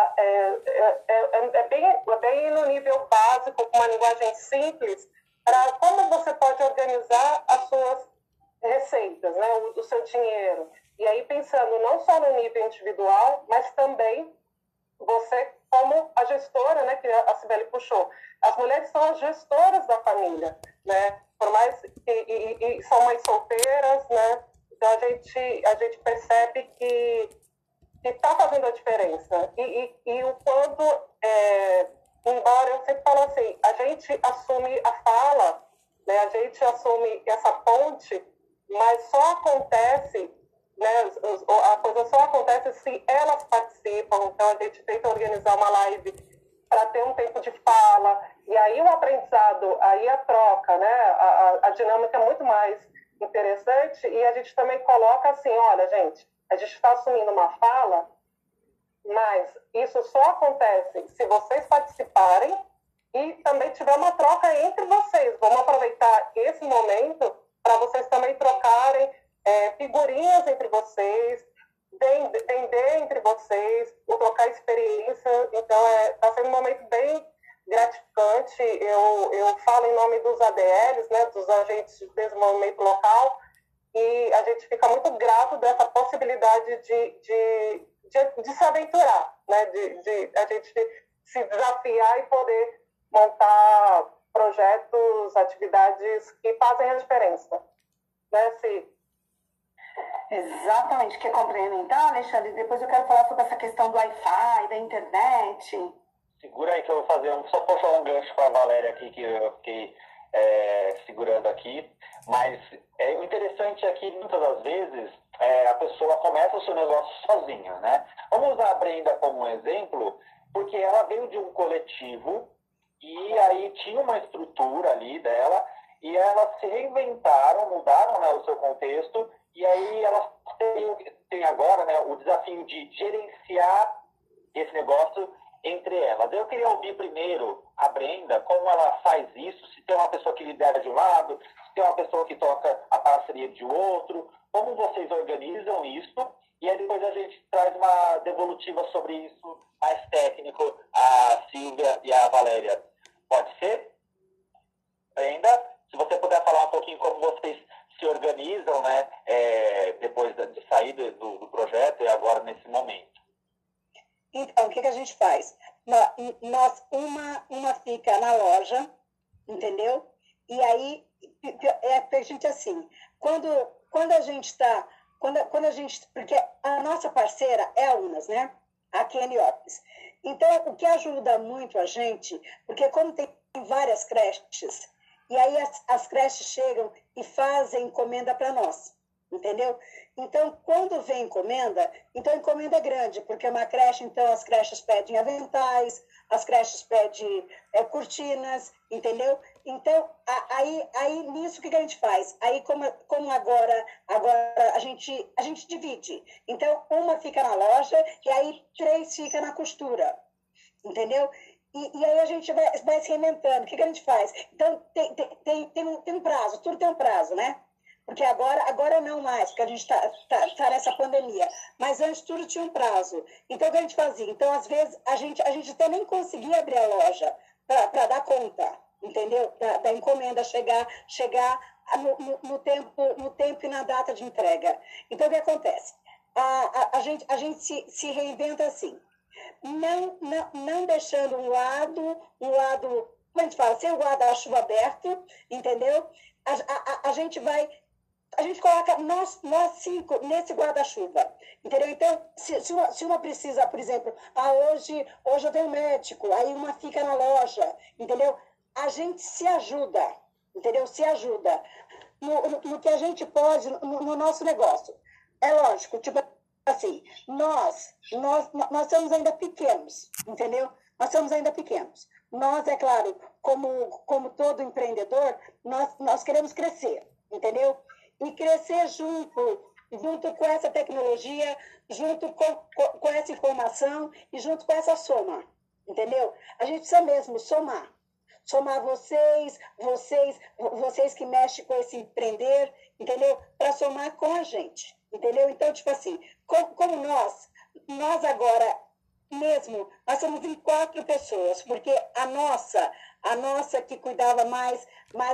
é bem no nível básico, com uma linguagem simples, para como você pode organizar as suas receitas, né, o seu dinheiro. E aí pensando não só no nível individual, mas também você como a gestora, né, que a Cibele puxou. As mulheres são as gestoras da família, né, por mais e são mães solteiras, né. Então a gente percebe que está fazendo a diferença. E o quanto, embora eu sempre falo assim, a gente assume a fala, né, a gente assume essa ponte, mas só acontece, né, a coisa só acontece se elas participam. Então a gente tenta organizar uma live para ter um tempo de fala, e aí o aprendizado, aí a troca, né, a dinâmica é muito mais interessante. E a gente também coloca assim, olha, gente, a gente está assumindo uma fala, mas isso só acontece se vocês participarem e também tiver uma troca entre vocês. Vamos aproveitar esse momento para vocês também trocarem figurinhas entre vocês, vender entre vocês, trocar experiência. Então, está sendo um momento bem gratificante. Eu falo em nome dos ADLs, né, dos agentes de desenvolvimento local, e a gente fica muito grato dessa possibilidade de se aventurar, né, de a gente se desafiar e poder montar projetos, atividades que fazem a diferença. Né, Cí? Exatamente. Quer complementar, Alexandre? Depois eu quero falar sobre essa questão do Wi-Fi, da internet. Segura aí que eu vou fazer só puxar um gancho para a Valéria aqui, que eu fiquei segurando aqui. Mas o interessante é que muitas das vezes a pessoa começa o seu negócio sozinha, né? Vamos usar a Brenda como um exemplo, porque ela veio de um coletivo e aí tinha uma estrutura ali dela e elas se reinventaram, mudaram, né, o seu contexto, e aí elas têm agora, né, o desafio de gerenciar esse negócio entre elas. Eu queria ouvir primeiro a Brenda, como ela faz isso, se tem uma pessoa que lidera de um lado, se tem uma pessoa que toca a parceria de outro, como vocês organizam isso, e aí depois a gente traz uma devolutiva sobre isso, mais técnico, a Silvia e a Valéria. Pode ser? Ainda, se você puder falar um pouquinho como vocês se organizam, né, depois de sair do projeto e agora nesse momento. Então, o que a gente faz? Uma fica na loja, entendeu? E aí, a gente assim, quando a gente está, quando a gente, porque a nossa parceira é a Unas, né? Aqui em Heliópolis. Então, o que ajuda muito a gente, porque como tem várias creches, e aí as creches chegam e fazem encomenda para nós, entendeu? Então, quando vem encomenda, então a encomenda é grande, porque é uma creche, então as creches pedem aventais, as creches pedem cortinas, entendeu? Então, aí nisso o que a gente faz? Aí, como agora a gente divide. Então, uma fica na loja e aí 3 fica na costura, entendeu? E aí a gente vai se reinventando. O que a gente faz? Então, tem um prazo, tudo tem um prazo, né? Porque agora não mais, porque a gente tá nessa pandemia. Mas antes tudo tinha um prazo. Então, o que a gente fazia? Então, às vezes, a gente até nem conseguia abrir a loja para dar conta, entendeu? Da encomenda chegar no tempo e na data de entrega. Então, o que acontece? A gente se reinventa assim. Não deixando um lado, como a gente fala, sem o guarda-chuva aberto, entendeu? A gente coloca nós 5 nesse guarda-chuva, entendeu? Então, se uma precisa, por exemplo, hoje eu tenho um médico, aí uma fica na loja, entendeu? A gente se ajuda, entendeu? Se ajuda no que a gente pode, no nosso negócio. É lógico, tipo assim, nós somos ainda pequenos, entendeu? Nós somos ainda pequenos. Nós, é claro, como todo empreendedor, nós queremos crescer, entendeu? E crescer junto com essa tecnologia, junto com essa informação e junto com essa soma, entendeu? A gente precisa mesmo somar vocês que mexem com esse empreender, entendeu? Para somar com a gente, entendeu? Então, tipo assim, como nós agora mesmo, nós somos em 4 pessoas, porque a nossa que cuidava mais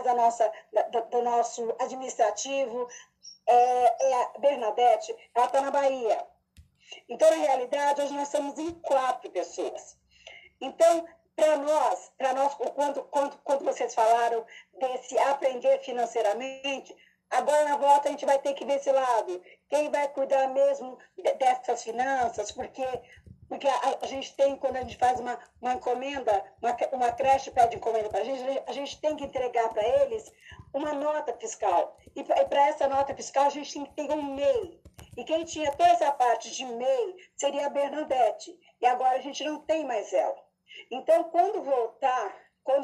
do nosso administrativo, é a Bernadette, ela está na Bahia. Então, na realidade, hoje nós somos em 4 pessoas. Então, para nós, quando vocês falaram desse aprender financeiramente, agora na volta a gente vai ter que ver esse lado. Quem vai cuidar mesmo dessas finanças? Porque a gente tem, quando a gente faz uma encomenda, uma creche pede encomenda para a gente tem que entregar para eles uma nota fiscal. E para essa nota fiscal a gente tem que ter um MEI. E quem tinha toda essa parte de MEI seria a Bernadette. E agora a gente não tem mais ela. Então, quando voltar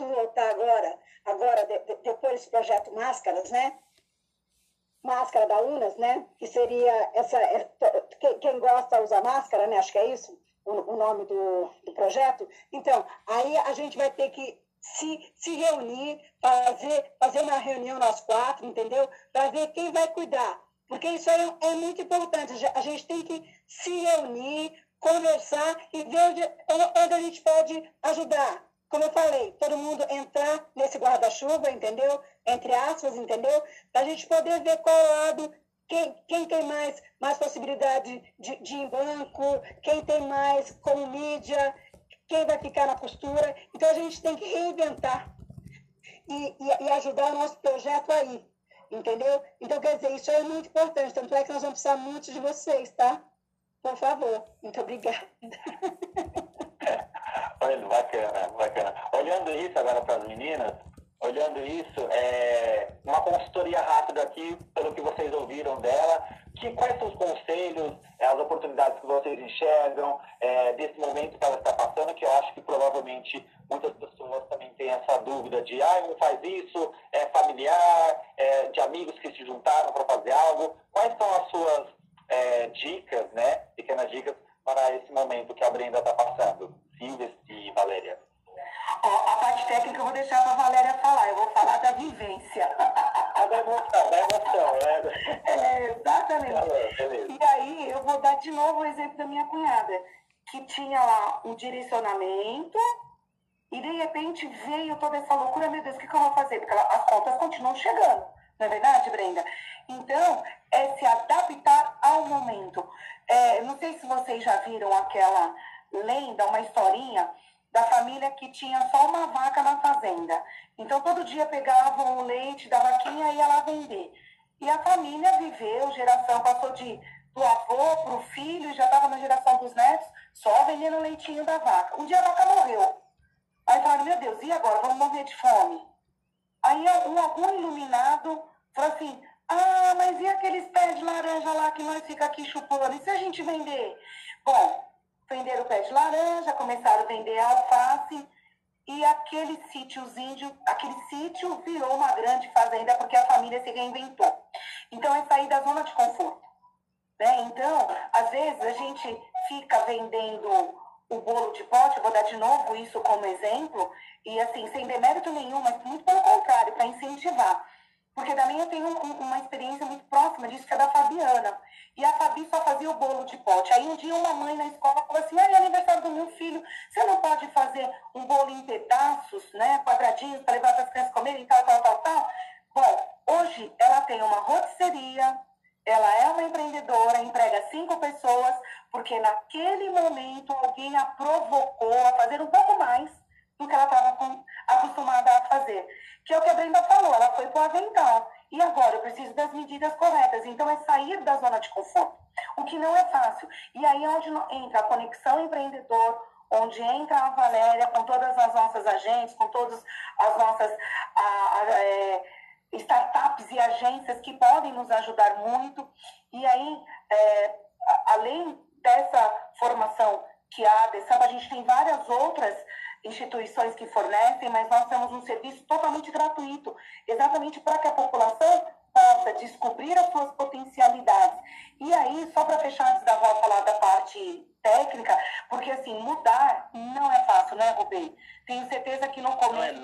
agora depois desse projeto Máscaras, né? Máscara da Unas, né? Que seria quem gosta usa máscara, né? Acho que é isso o nome do projeto. Então, aí a gente vai ter que se reunir, fazer uma reunião nós 4, entendeu? Para ver quem vai cuidar. Porque isso aí é muito importante. A gente tem que se reunir, conversar e ver onde a gente pode ajudar. Como eu falei, todo mundo entrar nesse guarda-chuva, entendeu? Entre aspas, entendeu? Para a gente poder ver qual lado, quem tem mais possibilidade de ir em banco, quem tem mais como mídia, quem vai ficar na costura. Então, a gente tem que reinventar e ajudar o nosso projeto aí, entendeu? Então, quer dizer, isso é muito importante. Tanto é que nós vamos precisar muito de vocês, tá? Por favor. Muito obrigada. Olha, bacana. Olhando isso agora para as meninas, uma consultoria rápida aqui, pelo que vocês ouviram dela, quais são os conselhos, as oportunidades que vocês enxergam desse momento que ela está passando, que eu acho que provavelmente muitas pessoas também têm essa dúvida de, não faz isso, é familiar, de amigos que se juntaram para fazer algo. Quais são as suas dicas, né, pequenas dicas para esse momento que a Brenda está passando? Silvia e Valéria. A parte técnica eu vou deixar para a Valéria falar, eu vou falar da vivência. Da emoção, né? Exatamente. E aí eu vou dar de novo o exemplo da minha cunhada, que tinha lá um direcionamento, E de repente veio toda essa loucura, meu Deus, o que eu vou fazer? Porque as contas continuam chegando, não é verdade, Brenda? Então, é se adaptar ao momento. Não sei se vocês já viram aquela lenda, uma historinha da família que tinha só uma vaca na fazenda. Então, todo dia pegavam o leite da vaquinha e ia lá vender. E a família viveu, geração passou do avô para o filho, já estava na geração dos netos, só vendendo o leitinho da vaca. Um dia a vaca morreu. Aí falaram, meu Deus, e agora? Vamos morrer de fome. Aí algum iluminado falou assim, mas e aqueles pés de laranja lá que nós fica aqui chupando? E se a gente vender? Bom, venderam o pé de laranja, começaram a vender a alface, e aquele sítio virou uma grande fazenda porque a família se reinventou. Então, é sair da zona de conforto. Né? Então, às vezes, a gente fica vendendo o bolo de pote, vou dar de novo isso como exemplo, e assim, sem demérito nenhum, mas muito pelo contrário, para incentivar. Porque também eu tenho uma experiência muito próxima disso, que é da Fabiana. E a Fabi só fazia o bolo de pote. Aí um dia uma mãe na escola falou assim, é aniversário do meu filho, você não pode fazer um bolo em pedaços, né, quadradinhos, para levar para as crianças comerem e tal. Bom, hoje ela tem uma rotisseria, ela é uma empreendedora, emprega 5 pessoas, porque naquele momento alguém a provocou a fazer um pouco mais do que ela estava acostumada a fazer. Que é o que a Brenda falou, ela foi para o avental. E agora eu preciso das medidas corretas. Então é sair da zona de conforto, o que não é fácil. E aí é onde entra a Conexão Empreendedor, onde entra a Valéria com todas as nossas agentes, com todas as nossas startups e agências que podem nos ajudar muito. E aí, além dessa formação que a ADESAB, a gente tem várias outras instituições que fornecem, mas nós temos um serviço totalmente gratuito, exatamente para que a população possa descobrir as suas potencialidades. E aí, só para fechar antes da Val falar da parte técnica, porque assim, mudar não é fácil, né, Rubem? Tenho certeza que no começo,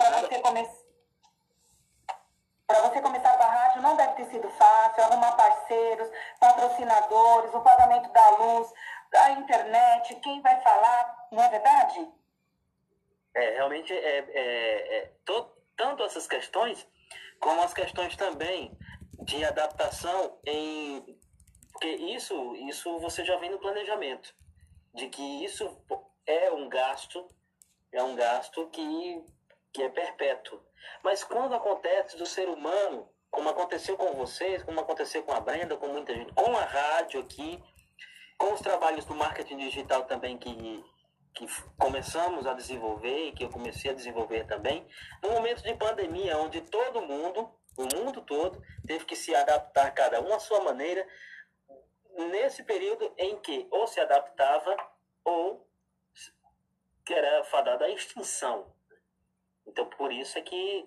para você começar com a rádio, não deve ter sido fácil, arrumar parceiros, patrocinadores, o pagamento da luz, da internet, quem vai falar, não é verdade? Realmente, tanto essas questões, como as questões também de adaptação porque isso você já vem no planejamento, de que isso é um gasto que é perpétuo. Mas quando acontece do ser humano, como aconteceu com vocês, como aconteceu com a Brenda, com muita gente, com a rádio aqui, com os trabalhos do marketing digital também que começamos a desenvolver e que eu comecei a desenvolver também, no momento de pandemia, onde todo mundo, o mundo todo, teve que se adaptar, cada um à sua maneira, nesse período em que ou se adaptava ou que era fadado à extinção. Então, por isso é que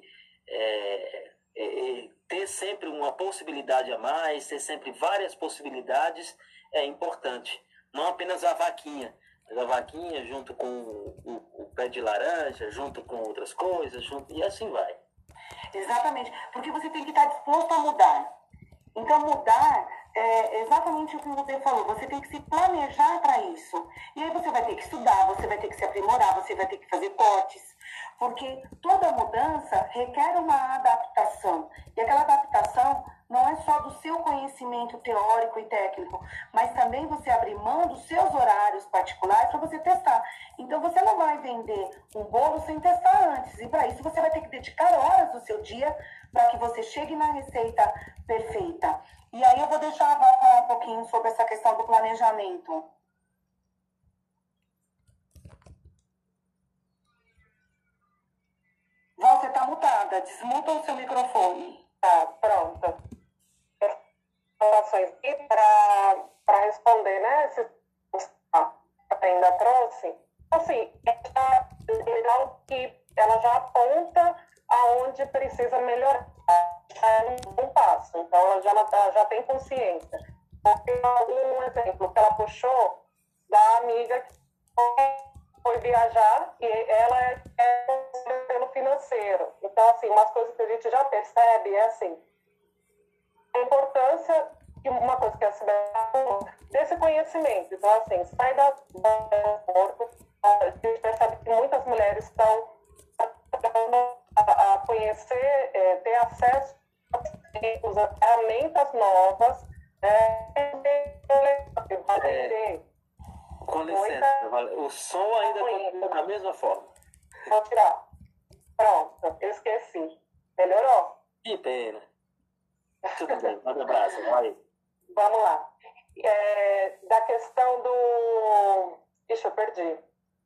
ter sempre uma possibilidade a mais, ter sempre várias possibilidades é importante. Não apenas a vaquinha, mas a vaquinha junto com o pé de laranja, junto com outras coisas, e assim vai. Exatamente, porque você tem que estar disposto a mudar. Então, mudar é exatamente o que você falou. Você tem que se planejar para isso. E aí você vai ter que estudar, você vai ter que se aprimorar, você vai ter que fazer cortes. Porque toda mudança requer uma adaptação. E aquela adaptação não é só do seu conhecimento teórico e técnico, mas também você abrir mão dos seus horários particulares para você testar. Então, você não vai vender um bolo sem testar antes. E para isso, você vai ter que dedicar horas do seu dia para que você chegue na receita perfeita. E aí, eu vou deixar a Val falar um pouquinho sobre essa questão do planejamento. Val, você está mutada. Desmuta o seu microfone. Tá, pronto. Informações para responder, né? A ainda trouxe. Assim, é legal que ela já aponta aonde precisa melhorar. Já é um passo. Então, ela já tem consciência. Um exemplo que ela puxou da amiga que foi viajar e ela é pelo financeiro. Então, assim, umas coisas que a gente já percebe é assim, a importância de uma coisa que a Sibeli falou, desse conhecimento. Então, assim, sai da corpo, a gente percebe que muitas mulheres estão conhecer, ter acesso a ferramentas novas, Com licença, o som ainda continua da mesma forma. Vou tirar. Pronto, eu esqueci. Melhorou? Que pena. Tudo bem, manda um abraço, vai. Vamos lá. Da questão do... Ixi, eu perdi.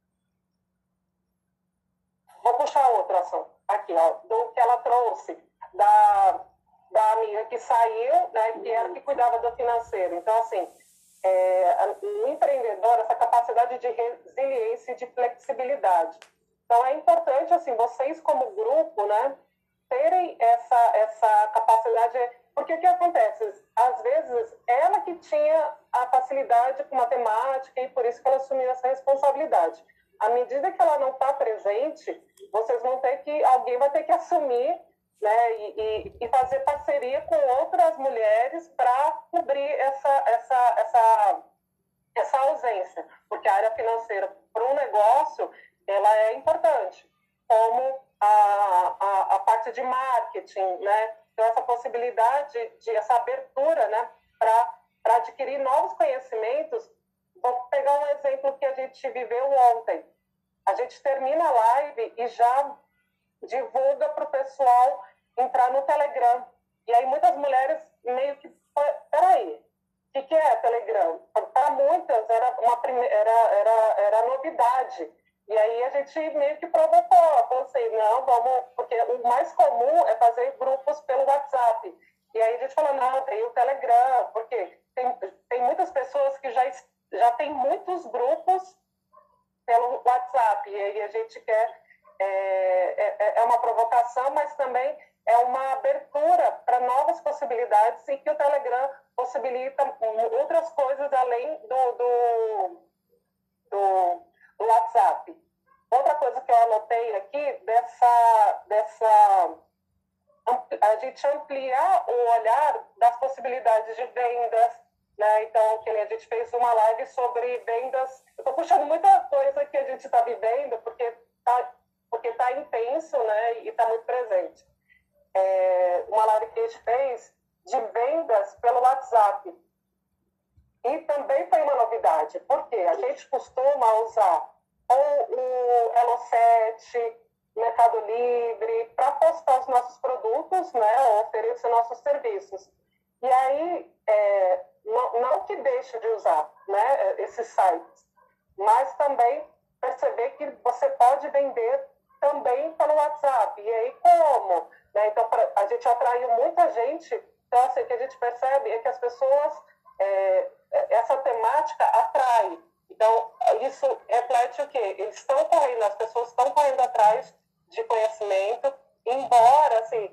Vou puxar outro assunto. Aqui, ó, do que ela trouxe da amiga que saiu, né, que era que cuidava do financeiro. Então, assim, o empreendedor, essa capacidade de resiliência e de flexibilidade. Então, é importante, assim, vocês como grupo, né, terem essa capacidade, porque o que acontece? Às vezes, ela que tinha a facilidade com matemática e por isso que ela assumiu essa responsabilidade. À medida que ela não está presente, alguém vai ter que assumir, né, e fazer parceria com outras mulheres para cobrir essa ausência, porque a área financeira para um negócio ela é importante, como a parte de marketing, né? Então essa possibilidade essa abertura, né, para adquirir novos conhecimentos. Vou pegar um exemplo que a gente viveu ontem. A gente termina a live e já divulga para o pessoal entrar no Telegram. E aí muitas mulheres meio que... Peraí, o que é Telegram? Para muitas era novidade. E aí a gente meio que provocou. Falou assim, não, vamos... Porque o mais comum é fazer grupos pelo WhatsApp. E aí a gente falou, não, tem o Telegram. Porque tem muitas pessoas que já tem muitos grupos pelo WhatsApp. E aí a gente quer... É uma provocação, mas também é uma abertura para novas possibilidades e que o Telegram possibilita outras coisas além do WhatsApp. Outra coisa que eu anotei aqui, a gente ampliar o olhar das possibilidades de vendas, né? Então, que a gente fez uma live sobre vendas. Eu estou puxando muita coisa que a gente está vivendo, porque está intenso, né? E está muito presente. Uma live que a gente fez de vendas pelo WhatsApp. E também foi uma novidade, porque a gente costuma usar o Elo7, Mercado Livre, para postar os nossos produtos, né? Ou oferecer nossos serviços. E aí, não que deixe de usar, né, esses sites, mas também perceber que você pode vender também pelo WhatsApp. E aí, como? Né? Então, a gente atraiu muita gente. Então, assim, o que a gente percebe é que as pessoas, essa temática atrai. Então, isso reflete o quê? As pessoas estão correndo atrás de conhecimento, embora, assim,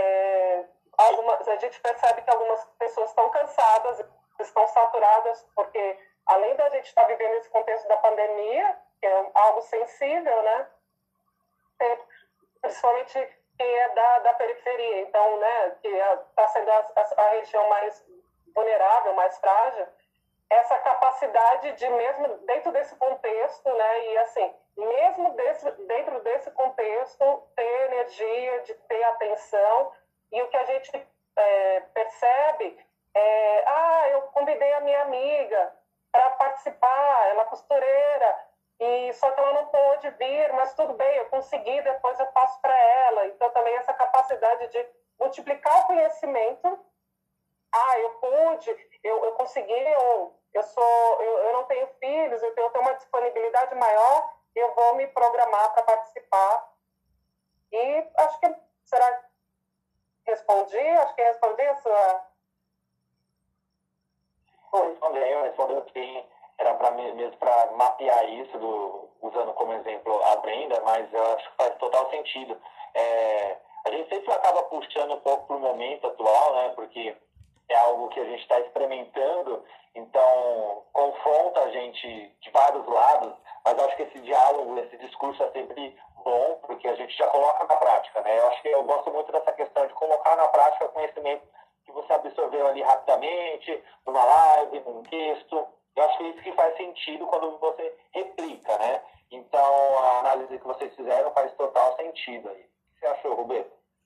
a gente percebe que algumas pessoas estão cansadas, estão saturadas, porque além da gente estar vivendo esse contexto da pandemia, que é algo sensível, né? Principalmente quem é da periferia, então, né, que está sendo a região mais vulnerável, mais frágil, essa capacidade de, mesmo dentro desse contexto, né, e assim, mesmo dentro desse contexto, ter energia, de ter atenção. E o que a gente percebe eu convidei a minha amiga para participar, ela é costureira, e só que ela não pôde vir, mas tudo bem, eu consegui, depois eu passo para ela. Então também essa capacidade de multiplicar o conhecimento. Eu pude, eu consegui, eu não tenho filhos, então eu tenho uma disponibilidade maior, eu vou me programar para participar. E acho que, será que respondi? Acho que respondi a sua... Respondeu sim. Era mesmo para mapear isso, usando como exemplo a Brenda, mas eu acho que faz total sentido. A gente sempre acaba puxando um pouco para o momento atual, né? Porque é algo que a gente está experimentando, então confronta a gente de vários lados, mas eu acho que esse diálogo, esse discurso é sempre bom, porque a gente já coloca na prática, né? Eu acho que eu gosto muito dessa questão de colocar na prática o conhecimento que você absorveu ali rapidamente, numa live, num texto. Eu acho que é isso que faz sentido quando você replica, né? Então, a análise que vocês fizeram faz total sentido aí. O que você achou, Roberto?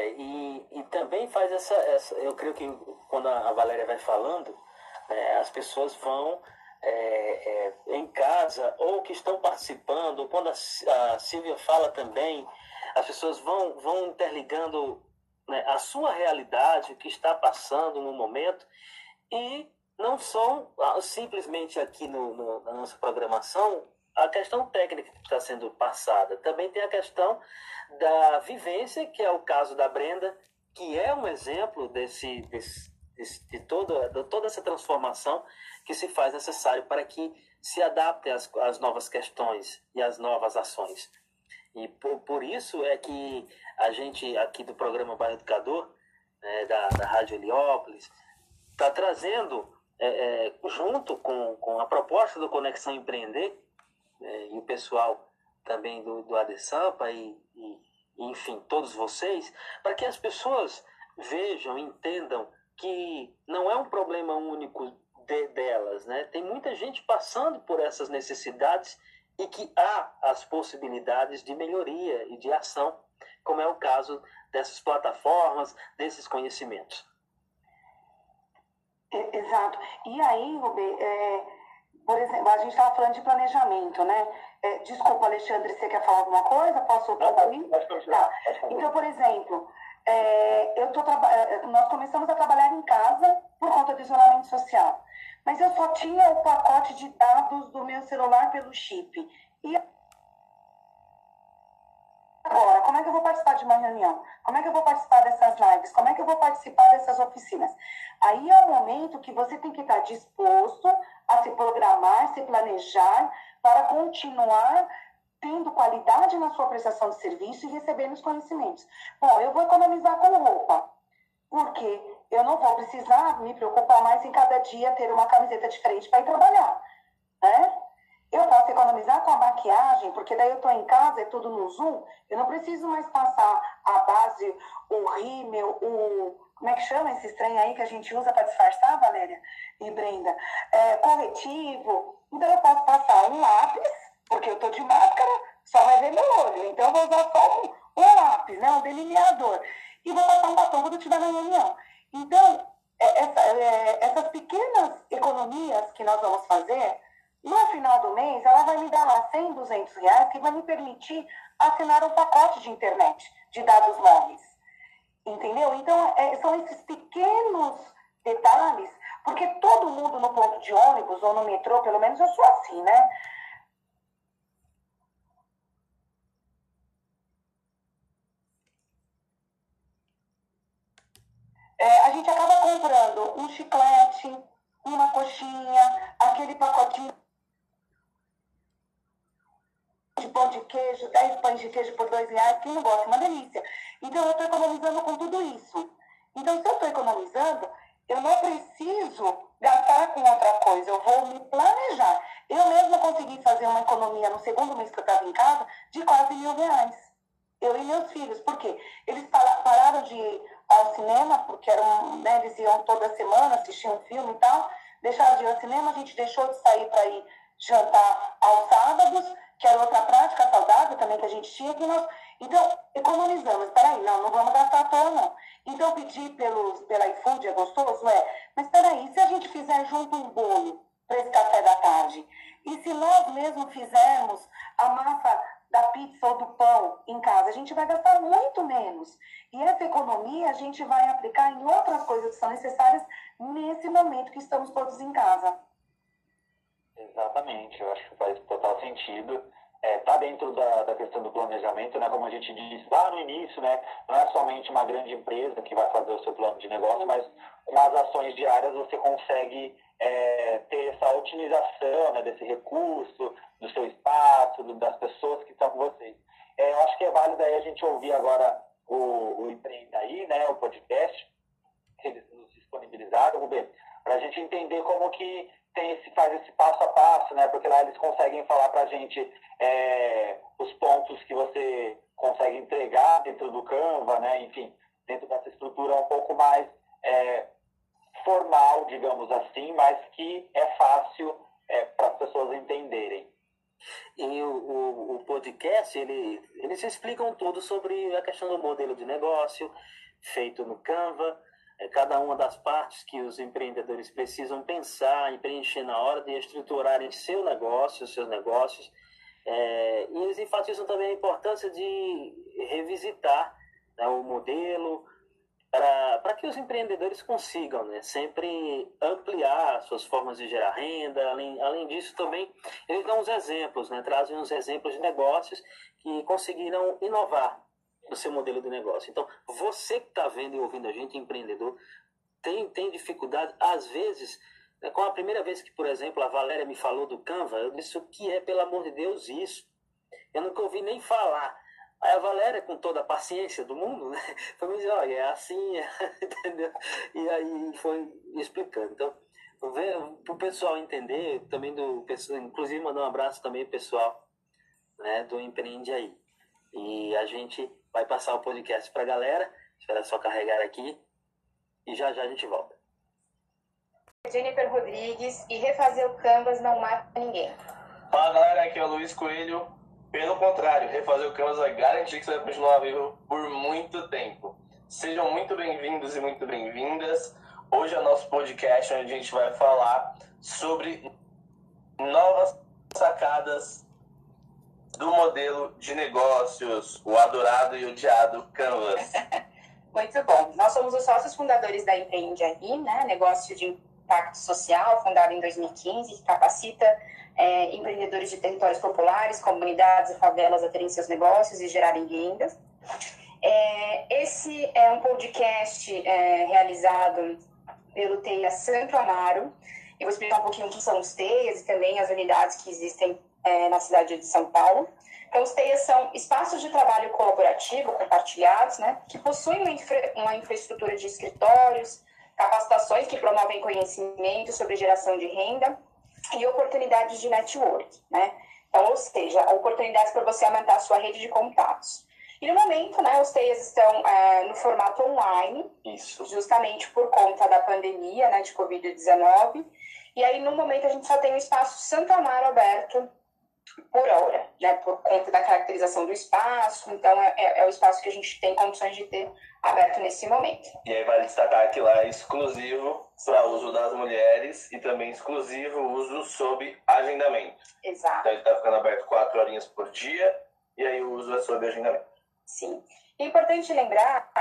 E também faz eu creio que quando a Valéria vai falando, as pessoas vão em casa, ou que estão participando, ou quando a Silvia fala também, as pessoas vão interligando, né, a sua realidade, o que está passando no momento, e não são simplesmente aqui na nossa programação a questão técnica que está sendo passada. Também tem a questão da vivência, que é o caso da Brenda, que é um exemplo de toda essa transformação que se faz necessário para que se adapte às novas questões e às novas ações. E por isso é que a gente aqui do programa Bairro Educador, né, da Rádio Heliópolis, está trazendo, junto com a proposta do Conexão Empreender, e o pessoal também do ADESAMPA enfim, todos vocês, para que as pessoas vejam, entendam que não é um problema único delas, né? Tem muita gente passando por essas necessidades e que há as possibilidades de melhoria e de ação, como é o caso dessas plataformas, desses conhecimentos. Exato. E aí, Rubê, por exemplo, a gente estava falando de planejamento, né? Desculpa, Alexandre, você quer falar alguma coisa? Posso concluir? Tá. Então, por exemplo, nós começamos a trabalhar em casa por conta do isolamento social. Mas eu só tinha o pacote de dados do meu celular pelo chip. E agora, como é que eu vou participar de uma reunião? Como é que eu vou participar dessas lives? Como é que eu vou participar dessas oficinas? Aí é o momento que você tem que estar disposto a se programar, se planejar para continuar tendo qualidade na sua prestação de serviço e recebendo os conhecimentos. Bom, eu vou economizar com roupa, porque eu não vou precisar me preocupar mais em cada dia ter uma camiseta diferente para ir trabalhar, né? Eu posso economizar com a maquiagem, porque daí eu estou em casa, é tudo no Zoom, eu não preciso mais passar a base, o rímel, como é que chama esse trem aí que a gente usa para disfarçar, Valéria e Brenda? Corretivo. Então eu posso passar um lápis, porque eu estou de máscara, só vai ver meu olho. Então eu vou usar só um lápis, né, um delineador. E vou passar um batom quando eu estiver na reunião. Então, essas pequenas economias que nós vamos fazer, no final do mês, ela vai me dar lá 100, 200 reais, que vai me permitir assinar um pacote de internet, de dados móveis. Entendeu? Então, são esses pequenos detalhes, porque todo mundo no ponto de ônibus ou no metrô, pelo menos eu sou assim, né? A gente acaba comprando um chiclete, uma coxinha, aquele pacotinho de pão de queijo, 10 pães de queijo por R$2, quem não gosta, é uma delícia. Então, eu estou economizando com tudo isso. Então, se eu estou economizando, eu não preciso gastar com outra coisa, eu vou me planejar. Eu mesma consegui fazer uma economia no segundo mês que eu estava em casa de quase R$1.000. Eu e meus filhos, por quê? Eles pararam de ir ao cinema, porque eles iam toda semana assistir um filme e tal, deixaram de ir ao cinema, a gente deixou de sair para ir jantar aos sábados, que era outra prática saudável também que a gente tinha. Então, economizamos. Peraí, não vamos gastar à toa, não. Então, pedir pela iFood é gostoso? Mas peraí, se a gente fizer junto um bolo para esse café da tarde, e se nós mesmos fizermos a massa da pizza ou do pão em casa, a gente vai gastar muito menos. E essa economia a gente vai aplicar em outras coisas que são necessárias nesse momento que estamos todos em casa. Exatamente, eu acho que faz total sentido. Tá dentro da questão do planejamento, né? Como a gente disse lá no início, né? Não é somente uma grande empresa que vai fazer o seu plano de negócio, mas com as ações diárias você consegue ter essa otimização, né, desse recurso, do seu espaço, das pessoas que estão com vocês. Eu acho que é válido aí a gente ouvir agora o Empreenda Aí, né? O podcast que eles nos disponibilizaram, Rubem, para a gente entender como que faz esse passo a passo, né? Porque lá eles conseguem falar para a gente os pontos que você consegue entregar dentro do Canva, né? Enfim, dentro dessa estrutura um pouco mais formal, digamos assim, mas que é fácil para as pessoas entenderem. E o podcast, eles explicam tudo sobre a questão do modelo de negócio feito no Canva, cada uma das partes que os empreendedores precisam pensar e preencher na hora de estruturarem seus negócios. E eles enfatizam também a importância de revisitar, né, o modelo, para que os empreendedores consigam, né, sempre ampliar suas formas de gerar renda. Além disso, também eles dão uns exemplos, né, trazem uns exemplos de negócios que conseguiram inovar no seu modelo de negócio. Então, você que está vendo e ouvindo a gente, empreendedor, tem dificuldade, às vezes, né, com a primeira vez que, por exemplo, a Valéria me falou do Canva, eu disse: o que é, pelo amor de Deus, isso? Eu nunca ouvi nem falar. Aí a Valéria, com toda a paciência do mundo, né, foi me dizer: olha, é assim, entendeu? E aí foi explicando. Então, para o pessoal entender, também inclusive mandar um abraço também pro pessoal, né, do Empreende Aí. E a gente vai passar o podcast para a galera. Espera só carregar aqui e já a gente volta. Jennifer Rodrigues, e refazer o Canvas não mata ninguém. Fala galera, aqui é o Luiz Coelho. Pelo contrário, refazer o Canvas vai garantir que você vai continuar vivo por muito tempo. Sejam muito bem-vindos e muito bem-vindas. Hoje é o nosso podcast onde a gente vai falar sobre novas sacadas do modelo de negócios, o adorado e odiado Canvas. Muito bom. Nós somos os sócios fundadores da Empreende Aí, né? Negócio de impacto social, fundado em 2015, que capacita empreendedores de territórios populares, comunidades e favelas a terem seus negócios e gerarem rendas. Esse é um podcast realizado pelo TEIA Santo Amaro. Eu vou explicar um pouquinho o que são os TEIAs e também as unidades que existem na cidade de São Paulo. Então, os TEIAs são espaços de trabalho colaborativo compartilhados, né, que possuem uma infraestrutura de escritórios, capacitações que promovem conhecimento sobre geração de renda e oportunidades de network, né? Então, ou seja, oportunidades para você aumentar a sua rede de contatos. E no momento, né, os TEIAs estão no formato online, Isso. Justamente por conta da pandemia, né, de Covid-19. E aí, no momento, a gente só tem o espaço Santo Amaro aberto por hora, né, por conta da caracterização do espaço. Então, é o espaço que a gente tem condições de ter aberto nesse momento. E aí vale destacar que lá é exclusivo para uso das mulheres e também exclusivo uso sob agendamento. Exato. Então ele está ficando aberto 4 horinhas por dia e aí o uso é sob agendamento. Sim. É importante lembrar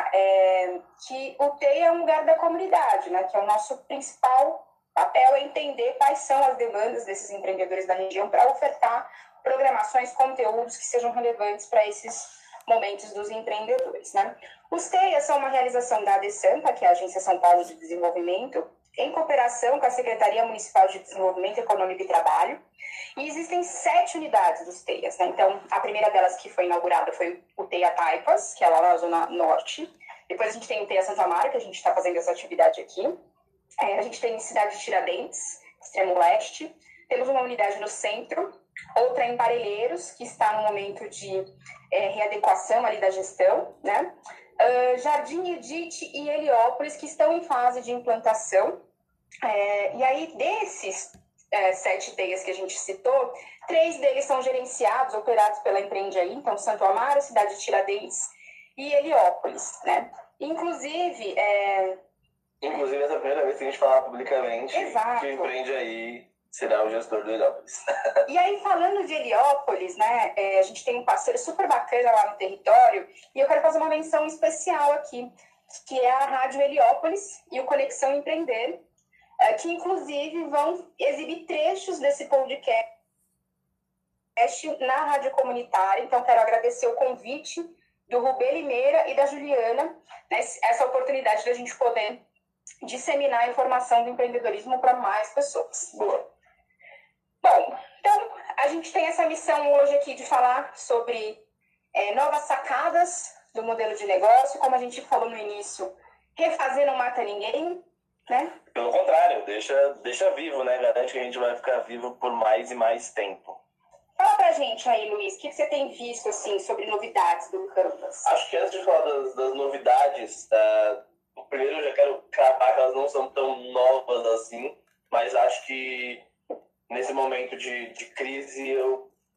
que o TEI é um lugar da comunidade, né, que é o nosso principal papel, é entender quais são as demandas desses empreendedores da região para ofertar programações, conteúdos que sejam relevantes para esses momentos dos empreendedores, né? Os TEIAs são uma realização da ADESAMPA, que é a Agência São Paulo de Desenvolvimento, em cooperação com a Secretaria Municipal de Desenvolvimento Econômico e Trabalho. E existem 7 unidades dos TEIAs, né? Então, a primeira delas que foi inaugurada foi o TEIA Taipas, que é lá na Zona Norte. Depois a gente tem o TEIA Santo Amaro, que a gente está fazendo essa atividade aqui. A gente tem Cidade de Tiradentes, extremo leste. Temos uma unidade no centro, outra em Parelheiros, que está no momento de readequação ali da gestão, né? Jardim Edite e Heliópolis, que estão em fase de implantação. E aí, desses 7 TEIAs que a gente citou, 3 deles são gerenciados, operados pela Empreende Aí, então Santo Amaro, Cidade de Tiradentes e Heliópolis, né? Inclusive, essa é a primeira vez que a gente fala publicamente. Exato. Que o Empreende Aí será o gestor do Heliópolis. E aí, falando de Heliópolis, né, a gente tem um parceiro super bacana lá no território, e eu quero fazer uma menção especial aqui, que é a Rádio Heliópolis e o Conexão Empreender, que inclusive vão exibir trechos desse podcast na rádio comunitária. Então, quero agradecer o convite do Rubê Limeira e da Juliana, né, essa oportunidade da gente poder disseminar a informação do empreendedorismo para mais pessoas. Boa. Bom, então, a gente tem essa missão hoje aqui de falar sobre novas sacadas do modelo de negócio. Como a gente falou no início, refazer não mata ninguém, né? Pelo contrário, deixa vivo, né? Garante que a gente vai ficar vivo por mais e mais tempo. Fala pra gente aí, Luiz, o que você tem visto, assim, sobre novidades do Canvas? Acho que antes de falar das novidades, primeiro eu já quero cravar que elas não são tão novas assim, mas acho que nesse momento de crise eu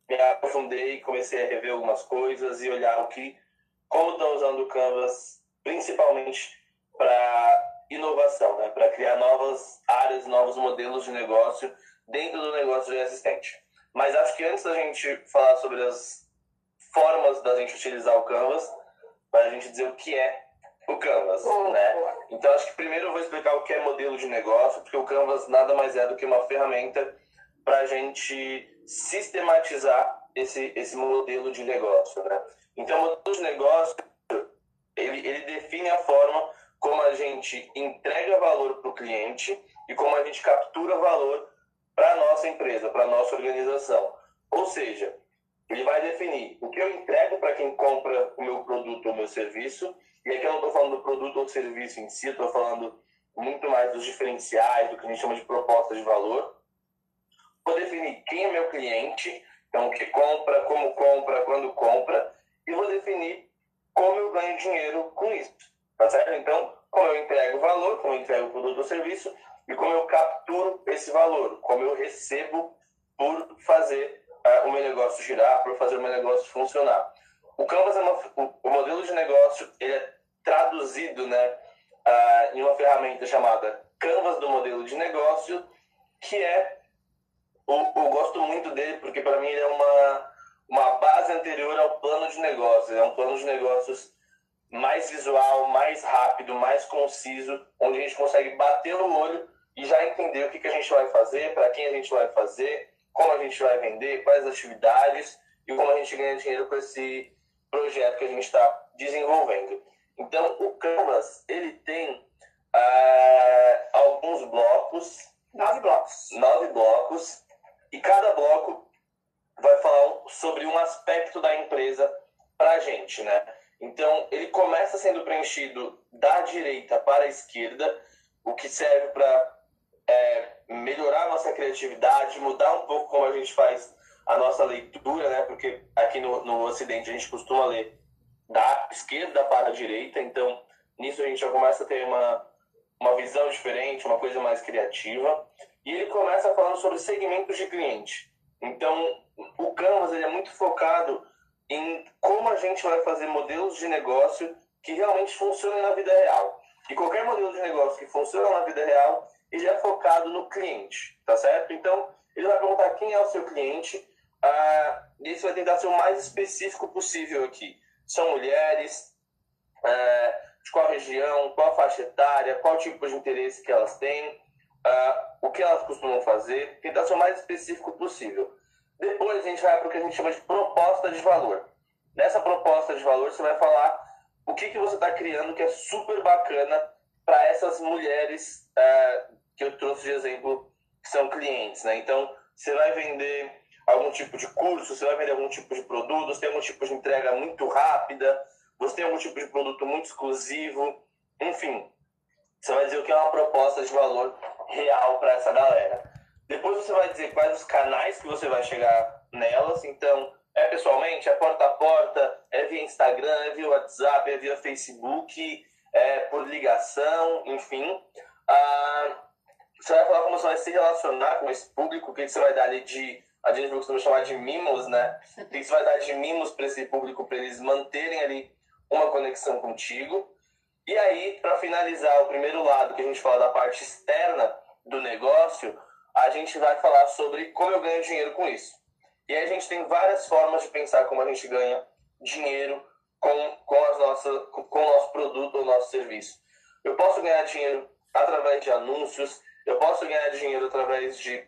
me aprofundei, comecei a rever algumas coisas e olhar como estão usando o Canvas, principalmente para inovação, né? Para criar novas áreas, novos modelos de negócio dentro do negócio já existente. Mas acho que antes da gente falar sobre as formas da gente utilizar o Canvas, para a gente dizer o que é o Canvas, né? Então acho que primeiro eu vou explicar o que é modelo de negócio, porque o Canvas nada mais é do que uma ferramenta para a gente sistematizar esse modelo de negócio, né? Então o modelo de negócio ele define a forma como a gente entrega valor para o cliente e como a gente captura valor para a nossa empresa, para a nossa organização. Ou seja, ele vai definir o que eu entrego para quem compra o meu produto ou o meu serviço, e aqui eu não estou falando do produto ou serviço em si, estou falando muito mais dos diferenciais, do que a gente chama de proposta de valor. Vou definir quem é meu cliente, então o que compra, quando compra, e vou definir como eu ganho dinheiro com isso, tá certo? Então, como eu entrego valor, como eu entrego o produto ou serviço, e como eu capturo esse valor, como eu recebo por fazer o meu negócio girar, por fazer o meu negócio funcionar. O Canvas o modelo de negócio, ele é traduzido, né, em uma ferramenta chamada Canvas do modelo de negócio, que eu gosto muito dele porque para mim ele é uma base anterior ao plano de negócios. É um plano de negócios mais visual, mais rápido, mais conciso, onde a gente consegue bater no olho e já entender o que a gente vai fazer, para quem a gente vai fazer, como a gente vai vender, quais atividades e como a gente ganha dinheiro com esse projeto que a gente está desenvolvendo. Então, o Canvas, ele tem alguns blocos. 9 blocos. 9 blocos. E cada bloco vai falar sobre um aspecto da empresa para a gente, né? Então, ele começa sendo preenchido da direita para a esquerda, o que serve para melhorar a nossa criatividade, mudar um pouco como a gente faz a nossa leitura, né? Porque aqui no Ocidente a gente costuma ler da esquerda para a direita, então nisso a gente já começa a ter uma visão diferente, uma coisa mais criativa. E ele começa falando sobre segmentos de cliente. Então, o Canvas ele é muito focado em como a gente vai fazer modelos de negócio que realmente funcionem na vida real. E qualquer modelo de negócio que funciona na vida real, ele é focado no cliente, tá certo? Então, ele vai perguntar quem é o seu cliente, e esse vai tentar ser o mais específico possível aqui. São mulheres, de qual região, qual faixa etária, qual tipo de interesse que elas têm, o que elas costumam fazer, tentar ser o mais específico possível. Depois a gente vai para o que a gente chama de proposta de valor. Nessa proposta de valor você vai falar o que você está criando que é super bacana para essas mulheres que eu trouxe de exemplo, que são clientes, né? Então, você vai vender algum tipo de curso, você vai vender algum tipo de produto, você tem algum tipo de entrega muito rápida, você tem algum tipo de produto muito exclusivo, enfim, você vai dizer o que é uma proposta de valor real para essa galera. Depois você vai dizer quais os canais que você vai chegar nelas, então, pessoalmente, é porta a porta, é via Instagram, é via WhatsApp, é via Facebook, é por ligação, enfim. Você vai falar como você vai se relacionar com esse público, o que você vai dar ali a gente costuma chamar de mimos, né? O que você vai dar de mimos para esse público, para eles manterem ali uma conexão contigo. E aí, para finalizar o primeiro lado, que a gente fala da parte externa do negócio, a gente vai falar sobre como eu ganho dinheiro com isso. E aí a gente tem várias formas de pensar como a gente ganha dinheiro com o nosso produto ou nosso serviço. Eu posso ganhar dinheiro através de anúncios, eu posso ganhar dinheiro através de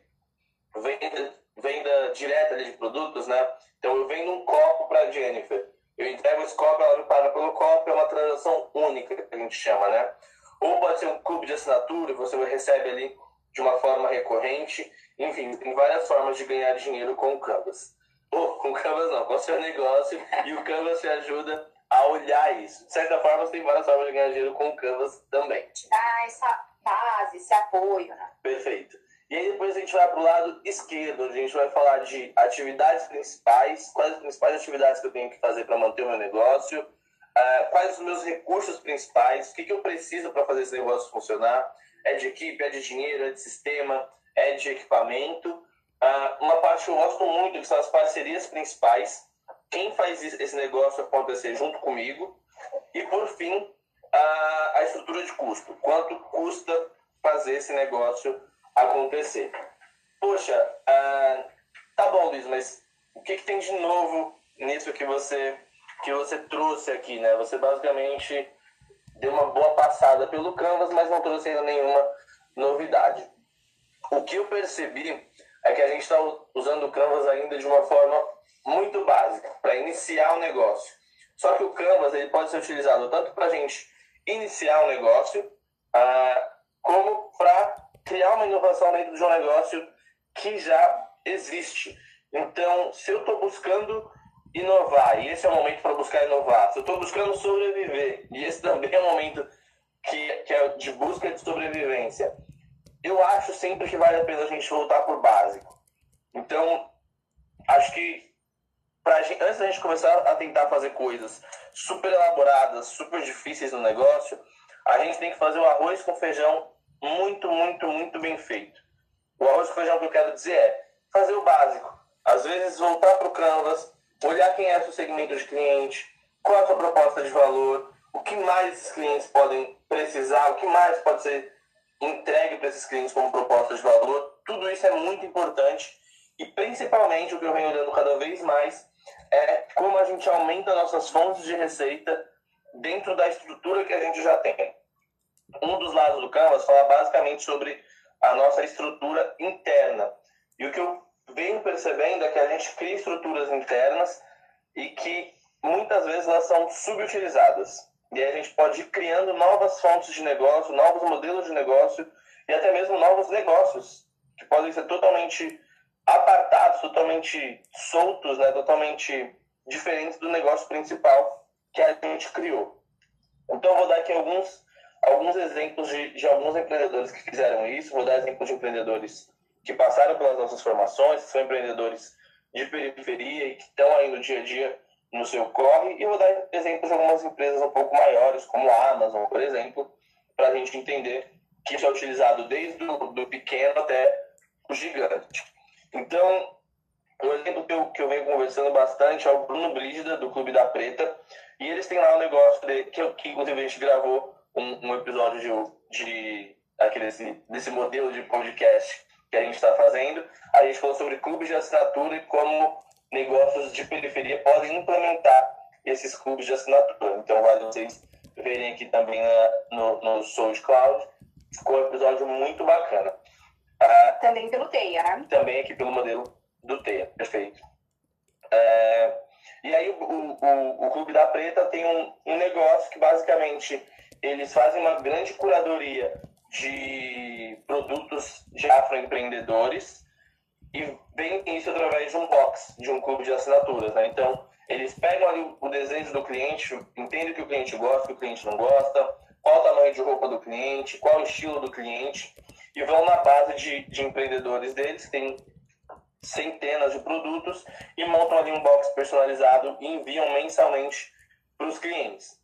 venda direta de produtos, né? Então eu vendo um copo para a Jennifer, eu entrego esse copo, ela me paga pelo copo, é uma transação única que a gente chama, né? Ou pode ser um clube de assinatura, você recebe ali de uma forma recorrente. Enfim, tem várias formas de ganhar dinheiro com o Canvas. Ou com o Canvas não, com o seu negócio, e o Canvas te ajuda a olhar isso. De certa forma, você tem várias formas de ganhar dinheiro com o Canvas também. Te dá essa base, esse apoio, né? Perfeito. E aí depois a gente vai para o lado esquerdo, onde a gente vai falar de atividades principais, quais as principais atividades que eu tenho que fazer para manter o meu negócio, quais os meus recursos principais, o que eu preciso para fazer esse negócio funcionar, é de equipe, é de dinheiro, é de sistema, é de equipamento, Uma parte que eu gosto muito, que são as parcerias principais, quem faz esse negócio acontecer junto comigo, e por fim, a estrutura de custo, quanto custa fazer esse negócio acontecer. Poxa, tá bom, Luiz, mas o que tem de novo nisso que você trouxe aqui, né? Você basicamente deu uma boa passada pelo Canvas, mas não trouxe ainda nenhuma novidade. O que eu percebi é que a gente está usando o Canvas ainda de uma forma muito básica, para iniciar o negócio. Só que o Canvas ele pode ser utilizado tanto para a gente iniciar um negócio, como para criar uma inovação dentro de um negócio que já existe. Então, se eu estou buscando inovar, e esse é o momento para buscar inovar, se eu estou buscando sobreviver, e esse também é o momento que é de busca de sobrevivência, eu acho sempre que vale a pena a gente voltar por básico. Então, acho que antes da gente começar a tentar fazer coisas super elaboradas, super difíceis no negócio, a gente tem que fazer o arroz com feijão muito, muito, muito bem feito. O arroz com feijão que eu quero dizer é fazer o básico. Às vezes voltar para o Canvas, olhar quem é o seu segmento de cliente, qual é a sua proposta de valor, o que mais esses clientes podem precisar, o que mais pode ser entregue para esses clientes como proposta de valor. Tudo isso é muito importante e principalmente o que eu venho olhando cada vez mais é como a gente aumenta nossas fontes de receita dentro da estrutura que a gente já tem. Um dos lados do Canvas fala basicamente sobre a nossa estrutura interna. E o que eu venho percebendo é que a gente cria estruturas internas e que muitas vezes elas são subutilizadas. E aí a gente pode ir criando novas fontes de negócio, novos modelos de negócio e até mesmo novos negócios que podem ser totalmente apartados, totalmente soltos, né? Totalmente diferentes do negócio principal que a gente criou. Então eu vou dar aqui alguns exemplos de alguns empreendedores que fizeram isso. Vou dar exemplos de empreendedores que passaram pelas nossas formações, que são empreendedores de periferia e que estão aí no dia a dia no seu corre. E vou dar exemplos de algumas empresas um pouco maiores, como a Amazon, por exemplo, para a gente entender que isso é utilizado desde do pequeno até o gigante. Então, o exemplo que eu venho conversando bastante é o Bruno Brígida, do Clube da Preta. E eles têm lá um negócio que inclusive a gente gravou um episódio desse modelo de podcast que a gente está fazendo. A gente falou sobre clubes de assinatura e como negócios de periferia podem implementar esses clubes de assinatura. Então, vale vocês verem aqui também no SoundCloud. Ficou um episódio muito bacana. Também pelo Teia, né? Também aqui pelo modelo do Teia, perfeito. E aí o Clube da Preta tem um negócio que basicamente eles fazem uma grande curadoria de produtos de afroempreendedores e vendem isso através de um box, de um clube de assinaturas, né? Então, eles pegam ali o desejo do cliente, entendem o que o cliente gosta, o que o cliente não gosta, qual o tamanho de roupa do cliente, qual o estilo do cliente, e vão na base de empreendedores deles, que tem centenas de produtos, e montam ali um box personalizado e enviam mensalmente para os clientes.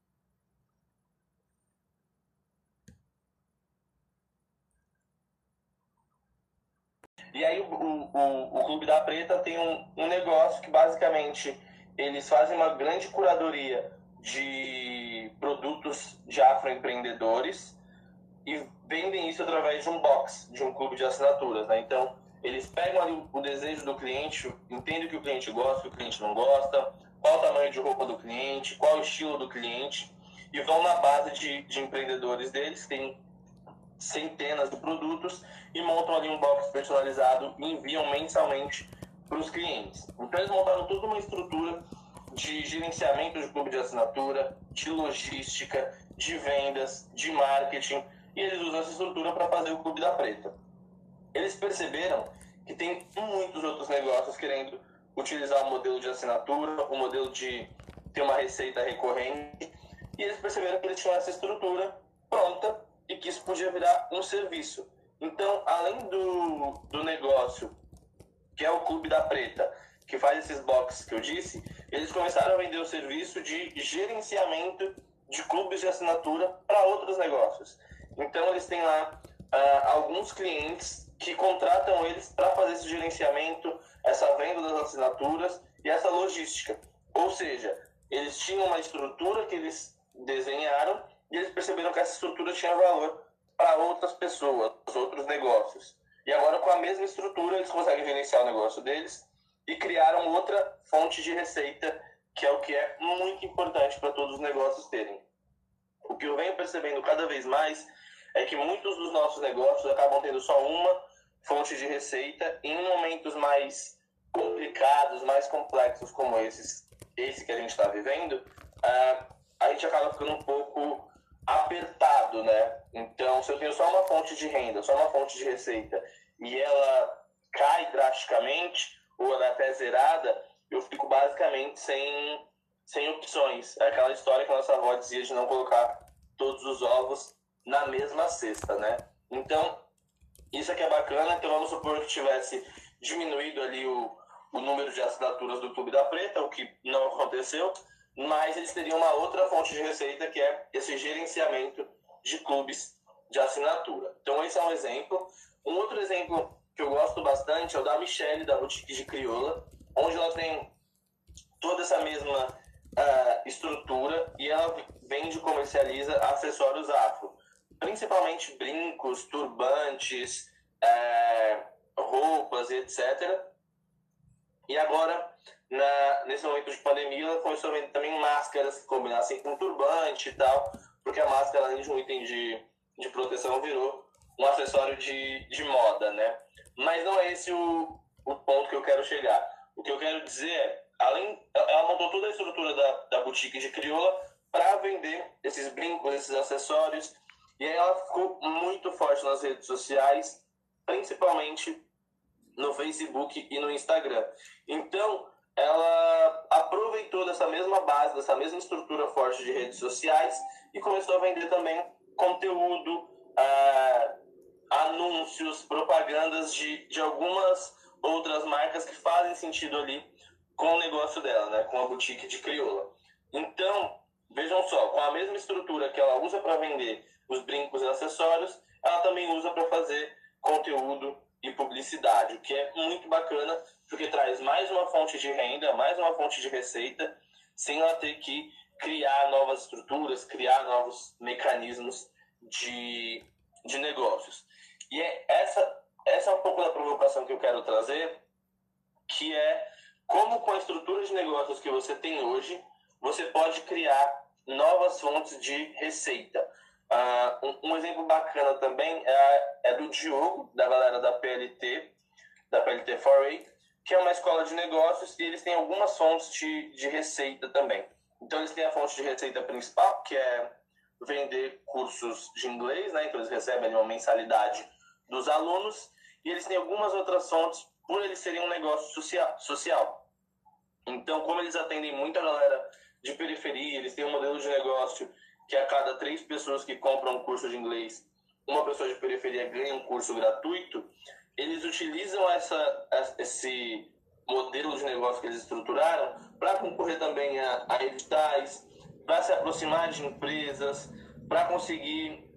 E aí o Clube da Preta tem um negócio que basicamente eles fazem uma grande curadoria de produtos de afroempreendedores e vendem isso através de um box, de um clube de assinaturas, né? Então, eles pegam ali o desejo do cliente, entendem o que o cliente gosta, o que o cliente não gosta, qual o tamanho de roupa do cliente, qual o estilo do cliente, e vão na base de empreendedores deles, que tem centenas de produtos, e montam ali um box personalizado e enviam mensalmente para os clientes. Então, eles montaram toda uma estrutura de gerenciamento de clube de assinatura, de logística, de vendas, de marketing, e eles usam essa estrutura para fazer o Clube da Preta. Eles perceberam que tem muitos outros negócios querendo utilizar o modelo de assinatura, o modelo de ter uma receita recorrente, e eles perceberam que eles tinham essa estrutura pronta e que isso podia virar um serviço. Então, além do negócio, que é o Clube da Preta, que faz esses boxes que eu disse, eles começaram a vender o serviço de gerenciamento de clubes de assinatura para outros negócios. Então, eles têm lá alguns clientes que contratam eles para fazer esse gerenciamento, essa venda das assinaturas e essa logística. Ou seja, eles tinham uma estrutura que eles desenharam e eles perceberam que essa estrutura tinha valor para outras pessoas, outros negócios. E agora, com a mesma estrutura, eles conseguem gerenciar o negócio deles e criaram outra fonte de receita, que é o que é muito importante para todos os negócios terem. O que eu venho percebendo cada vez mais é que muitos dos nossos negócios acabam tendo só uma fonte de receita e em momentos mais complicados, mais complexos como esse que a gente está vivendo, a gente acaba ficando um pouco apertado, né? Então, se eu tenho só uma fonte de renda, só uma fonte de receita, e ela cai drasticamente, ou ela é até zerada, eu fico basicamente sem opções. É aquela história que a nossa avó dizia de não colocar todos os ovos na mesma cesta, né? Então, isso aqui é bacana. Então, vamos supor que tivesse diminuído ali o número de assinaturas do Clube da Preta, o que não aconteceu, mas eles teriam uma outra fonte de receita, que é esse gerenciamento de clubes de assinatura. Então, esse é um exemplo. Um outro exemplo que eu gosto bastante é o da Michelle, da Boutique de Crioula, onde ela tem toda essa mesma estrutura e ela vende e comercializa acessórios afro, principalmente brincos, turbantes, roupas, etc. E agora, nesse momento de pandemia, ela começou a vender também máscaras que combinassem com turbante e tal, porque a máscara, além de um item de proteção, virou um acessório de moda, né? Mas não é esse o ponto que eu quero chegar. O que eu quero dizer é, ela montou toda a estrutura da boutique de crioula para vender esses brincos, esses acessórios, e aí ela ficou muito forte nas redes sociais, principalmente no Facebook e no Instagram. Então, ela aproveitou dessa mesma base, dessa mesma estrutura forte de redes sociais e começou a vender também conteúdo, anúncios, propagandas de algumas outras marcas que fazem sentido ali com o negócio dela, né? Com a boutique de crioula. Então, vejam só, com a mesma estrutura que ela usa para vender os brincos e acessórios, ela também usa para fazer conteúdo e publicidade, o que é muito bacana, porque traz mais uma fonte de renda, mais uma fonte de receita, sem ela ter que criar novas estruturas, criar novos mecanismos de negócios. E essa é um pouco da provocação que eu quero trazer, que é como, com a estrutura de negócios que você tem hoje, você pode criar novas fontes de receita. Um exemplo bacana também é do Diogo, da galera da PLT 4A, que é uma escola de negócios, e eles têm algumas fontes de receita também. Então, eles têm a fonte de receita principal, que é vender cursos de inglês, né? Então, eles recebem ali uma mensalidade dos alunos, e eles têm algumas outras fontes por eles serem um negócio social. Então, como eles atendem muita galera de periferia, eles têm um modelo de negócio que a cada 3 pessoas que compram um curso de inglês, uma pessoa de periferia ganha um curso gratuito, eles utilizam esse modelo de negócio que eles estruturaram para concorrer também a editais, para se aproximar de empresas, para conseguir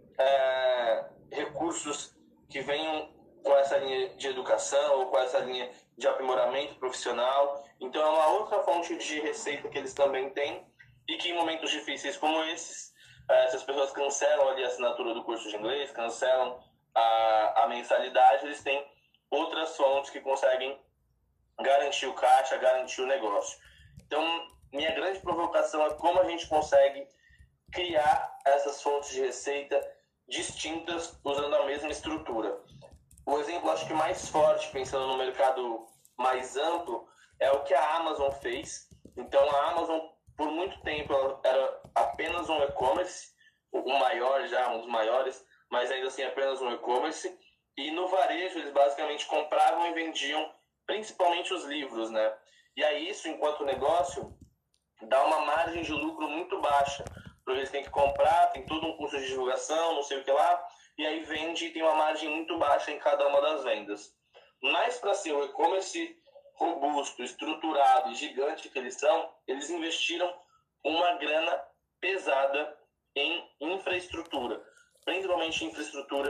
recursos que venham com essa linha de educação ou com essa linha de aprimoramento profissional. Então, é uma outra fonte de receita que eles também têm, e que em momentos difíceis como esses, se as pessoas cancelam ali a assinatura do curso de inglês, cancelam a mensalidade, eles têm outras fontes que conseguem garantir o caixa, garantir o negócio. Então, minha grande provocação é como a gente consegue criar essas fontes de receita distintas usando a mesma estrutura. O exemplo, acho que mais forte, pensando no mercado mais amplo, é o que a Amazon fez. Então, a Amazon, por muito tempo, ela era apenas um e-commerce, o maior já, um dos maiores, mas ainda assim apenas um e-commerce. E no varejo, eles basicamente compravam e vendiam principalmente os livros, né? E aí isso, enquanto negócio, dá uma margem de lucro muito baixa, porque eles têm que comprar, tem todo um custo de divulgação, não sei o que lá, e aí vende e tem uma margem muito baixa em cada uma das vendas. Mas para ser um e-commerce robusto, estruturado e gigante que eles são, eles investiram uma grana pesada em infraestrutura, principalmente infraestrutura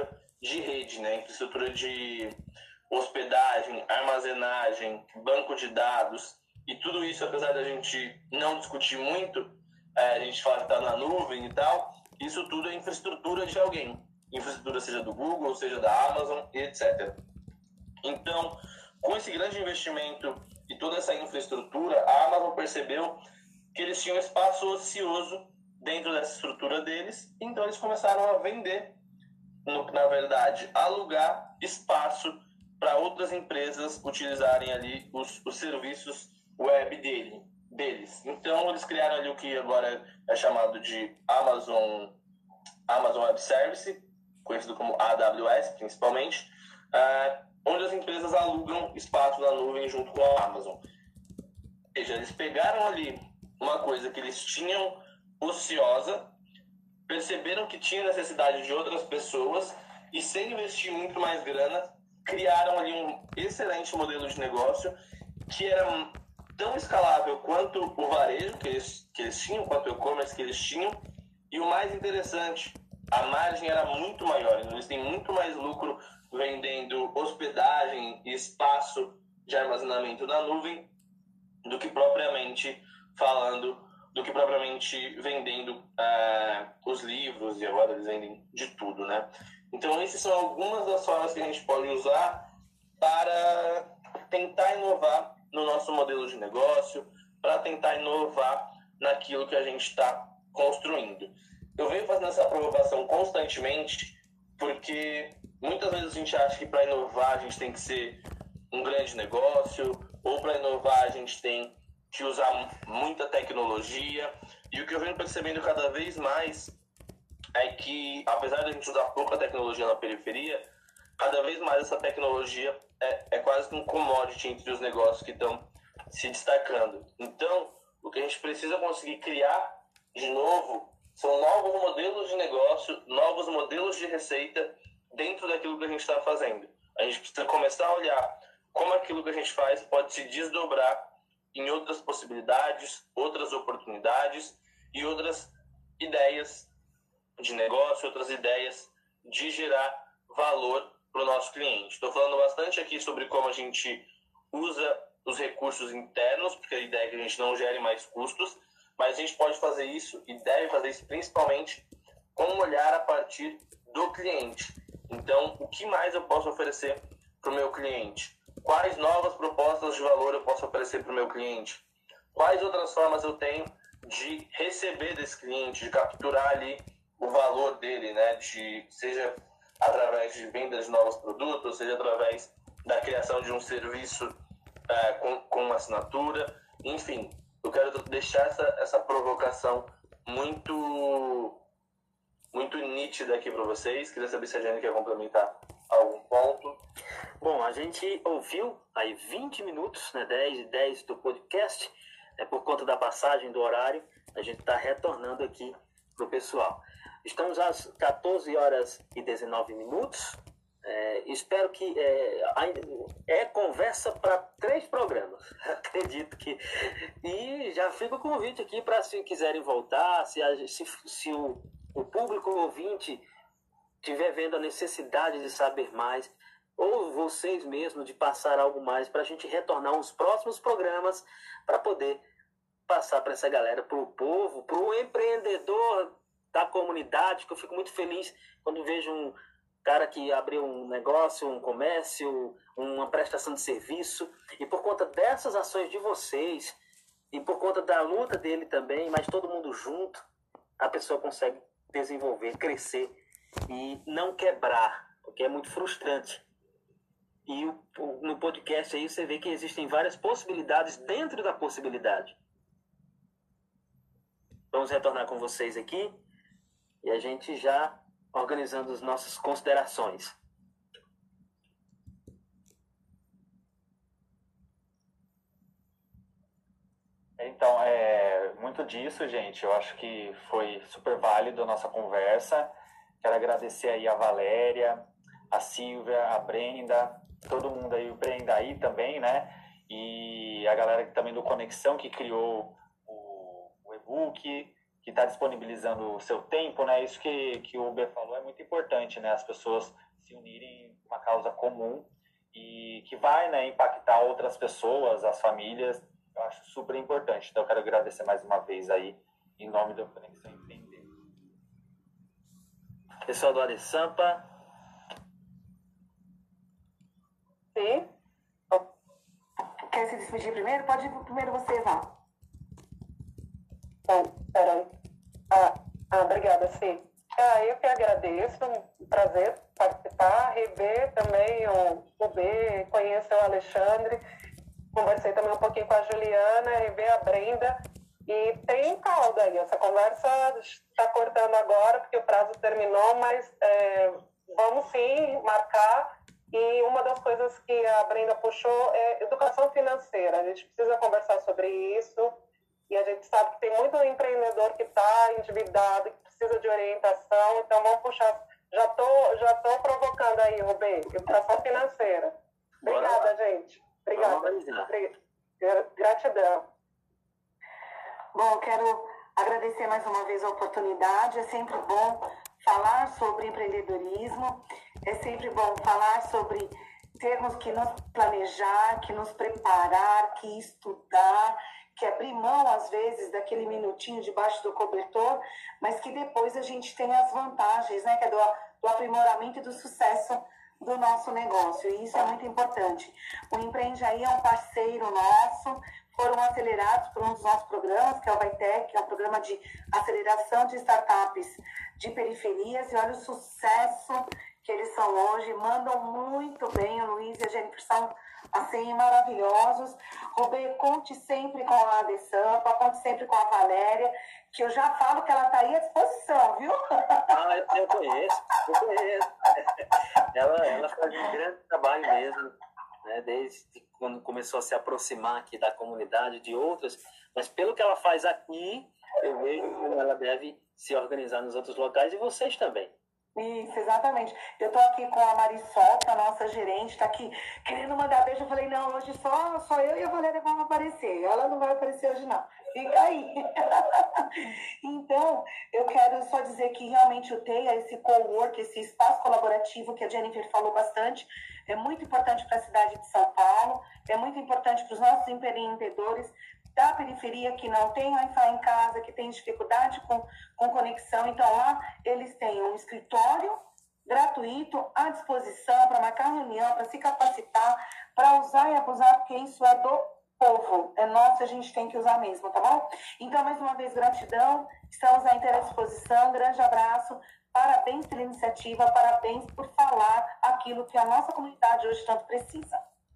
de rede, né? Infraestrutura de hospedagem, armazenagem, banco de dados, e tudo isso, apesar da gente não discutir muito, a gente fala que está na nuvem e tal, isso tudo é infraestrutura de alguém. Infraestrutura seja do Google, seja da Amazon, etc. Então, com esse grande investimento e toda essa infraestrutura, a Amazon percebeu que eles tinham espaço ocioso dentro dessa estrutura deles, então eles começaram a vender, na verdade, alugar espaço para outras empresas utilizarem ali os serviços web deles. Então, eles criaram ali o que agora é chamado de Amazon Web Service, conhecido como AWS, principalmente, onde as empresas alugam espaço na nuvem junto com a Amazon. Ou seja, eles pegaram ali uma coisa que eles tinham ociosa, perceberam que tinha necessidade de outras pessoas e, sem investir muito mais grana, criaram ali um excelente modelo de negócio que era tão escalável quanto o varejo que eles tinham, quanto o e-commerce que eles tinham, e o mais interessante, a margem era muito maior. Então, eles têm muito mais lucro vendendo hospedagem e espaço de armazenamento na nuvem do que propriamente vendendo os livros, e agora eles vendem de tudo, né? Então, essas são algumas das formas que a gente pode usar para tentar inovar no nosso modelo de negócio, para tentar inovar naquilo que a gente está construindo. Eu venho fazendo essa provocação constantemente porque muitas vezes a gente acha que para inovar a gente tem que ser um grande negócio, ou para inovar a gente tem que usar muita tecnologia. E o que eu venho percebendo cada vez mais é que, apesar de a gente usar pouca tecnologia na periferia, cada vez mais essa tecnologia é quase que um commodity entre os negócios que estão se destacando. Então, o que a gente precisa conseguir criar de novo são novos modelos de negócio, novos modelos de receita dentro daquilo que a gente está fazendo. A gente precisa começar a olhar como aquilo que a gente faz pode se desdobrar em outras possibilidades, outras oportunidades e outras ideias de negócio, outras ideias de gerar valor para o nosso cliente. Estou falando bastante aqui sobre como a gente usa os recursos internos, porque a ideia é que a gente não gere mais custos, mas a gente pode fazer isso e deve fazer isso principalmente com um olhar a partir do cliente. Então, o que mais eu posso oferecer para o meu cliente? Quais novas propostas de valor eu posso oferecer para o meu cliente? Quais outras formas eu tenho de receber desse cliente, de capturar ali o valor dele, né? Seja através de vendas de novos produtos, seja através da criação de um serviço com uma assinatura. Enfim, eu quero deixar essa provocação muito nítida aqui para vocês. Queria saber se a Jane quer complementar algum ponto. Bom, a gente ouviu aí 20 minutos, né, 10 e 10 do podcast, por conta da passagem do horário, a gente está retornando aqui para o pessoal. Estamos às 14 horas e 19 minutos. Espero que conversa para 3 programas, acredito que. E já fica o convite aqui para, se quiserem voltar, se o público ouvinte estiver vendo a necessidade de saber mais, ou vocês mesmos de passar algo mais, para a gente retornar os próximos programas, para poder passar para essa galera, para o povo, para o empreendedor da comunidade, que eu fico muito feliz quando vejo um cara que abriu um negócio, um comércio, uma prestação de serviço, e por conta dessas ações de vocês, e por conta da luta dele também, mas todo mundo junto, a pessoa consegue desenvolver, crescer e não quebrar, porque é muito frustrante. E no podcast aí você vê que existem várias possibilidades dentro da possibilidade. Vamos retornar com vocês aqui e a gente já organizando as nossas considerações. Então, muito disso, gente. Eu acho que foi super válido a nossa conversa. Quero agradecer aí a Valéria, a Silvia, a Brenda, todo mundo aí, o Brenda aí também, né? E a galera também do Conexão, que criou o e-book, que está disponibilizando o seu tempo, né? Isso que o Uber falou é muito importante, né? As pessoas se se unirem em uma causa comum e que vai, né, impactar outras pessoas, as famílias. Eu acho super importante. Então, eu quero agradecer mais uma vez aí, em nome do Conexão Empreender. Pessoal do Área Sampa. Sim. Quer se despedir primeiro? Pode ir primeiro você, Vá. Bom, peraí. Obrigada, Fê. Eu que agradeço, um prazer participar, rever também o B, conhecer o Alexandre, conversei também um pouquinho com a Juliana, rever a Brenda, e tem caldo aí, essa conversa está cortando agora, porque o prazo terminou, mas vamos sim marcar, e uma das coisas que a Brenda puxou é educação financeira, a gente precisa conversar sobre isso, e a gente sabe que tem muito empreendedor que está endividado, que precisa de orientação, então vamos puxar. Já tô provocando aí, Rubem, educação financeira. Obrigada, gente. Obrigada. Gratidão. Bom, quero agradecer mais uma vez a oportunidade. É sempre bom falar sobre empreendedorismo, é sempre bom falar sobre termos que nos planejar, que nos preparar, que estudar, que abrir mão, às vezes, daquele minutinho debaixo do cobertor, mas que depois a gente tem as vantagens, né, que é do aprimoramento e do sucesso do nosso negócio, e isso é muito importante. O Empreende Aí é um parceiro nosso, foram acelerados por um dos nossos programas, que é o Vaitec, que é um programa de aceleração de startups de periferias, e olha o sucesso que eles são hoje, mandam muito bem, o Luiz e a Jennifer são assim, maravilhosos. Rubem, conte sempre com a AD Sampa, conte sempre com a Valéria, que eu já falo que ela está aí à disposição, viu? Eu conheço. Ela faz um grande trabalho mesmo, né, desde quando começou a se aproximar aqui da comunidade, de outras, mas pelo que ela faz aqui, eu vejo como ela deve se organizar nos outros locais, e vocês também. Isso, exatamente. Eu tô aqui com a Marisol, que é a nossa gerente, tá aqui querendo mandar beijo. Eu falei, não, hoje só eu e a Valéria vamos aparecer. Ela não vai aparecer hoje, não. Fica aí. Então, eu quero só dizer que realmente o TEIA, esse co-work, esse espaço colaborativo que a Jennifer falou bastante, é muito importante para a cidade de São Paulo, é muito importante para os nossos empreendedores da periferia que não tem Wi-Fi em casa, que tem dificuldade com conexão. Então, lá eles têm um escritório gratuito à disposição para marcar reunião, para se capacitar, para usar e abusar, porque isso é do povo, é nosso, a gente tem que usar mesmo, tá bom? Então, mais uma vez, gratidão, estamos à inteira disposição, grande abraço, parabéns pela iniciativa, parabéns por falar aquilo que a nossa comunidade hoje tanto precisa.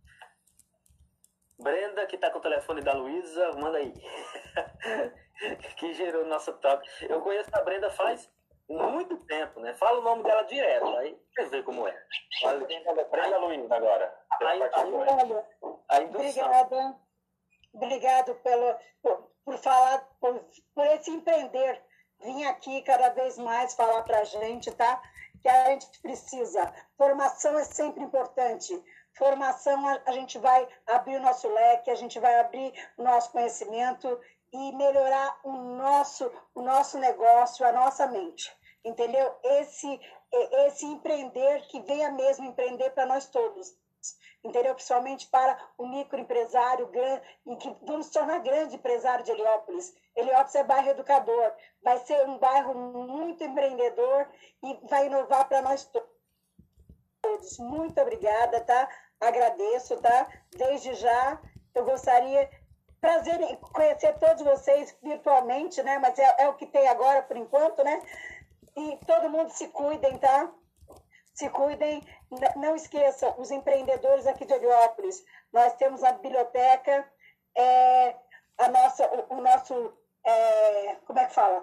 Brenda, que está com o telefone da Luísa, manda aí. Que gerou o nosso toque. Eu conheço a Brenda faz muito tempo, né? Fala o nome dela direto, aí você vê como é. Brenda Luísa agora. A indução. Obrigado por falar, por esse empreender. Vim aqui cada vez mais falar para a gente, tá? Que a gente precisa. Formação é sempre importante. Formação, a gente vai abrir o nosso leque, a gente vai abrir o nosso conhecimento e melhorar o nosso negócio, a nossa mente, entendeu? Esse empreender que venha mesmo empreender para nós todos, entendeu? Principalmente para o microempresário grande, e que vamos tornar grande empresário de Heliópolis. Heliópolis é bairro educador, vai ser um bairro muito empreendedor e vai inovar para nós todos. Muito obrigada, tá? Agradeço, tá? Desde já, eu gostaria, prazer em conhecer todos vocês virtualmente, né? Mas é o que tem agora, por enquanto, né? E todo mundo se cuidem, tá? Se cuidem, não esqueçam, os empreendedores aqui de Heliópolis, nós temos a biblioteca, o nosso, como é que fala?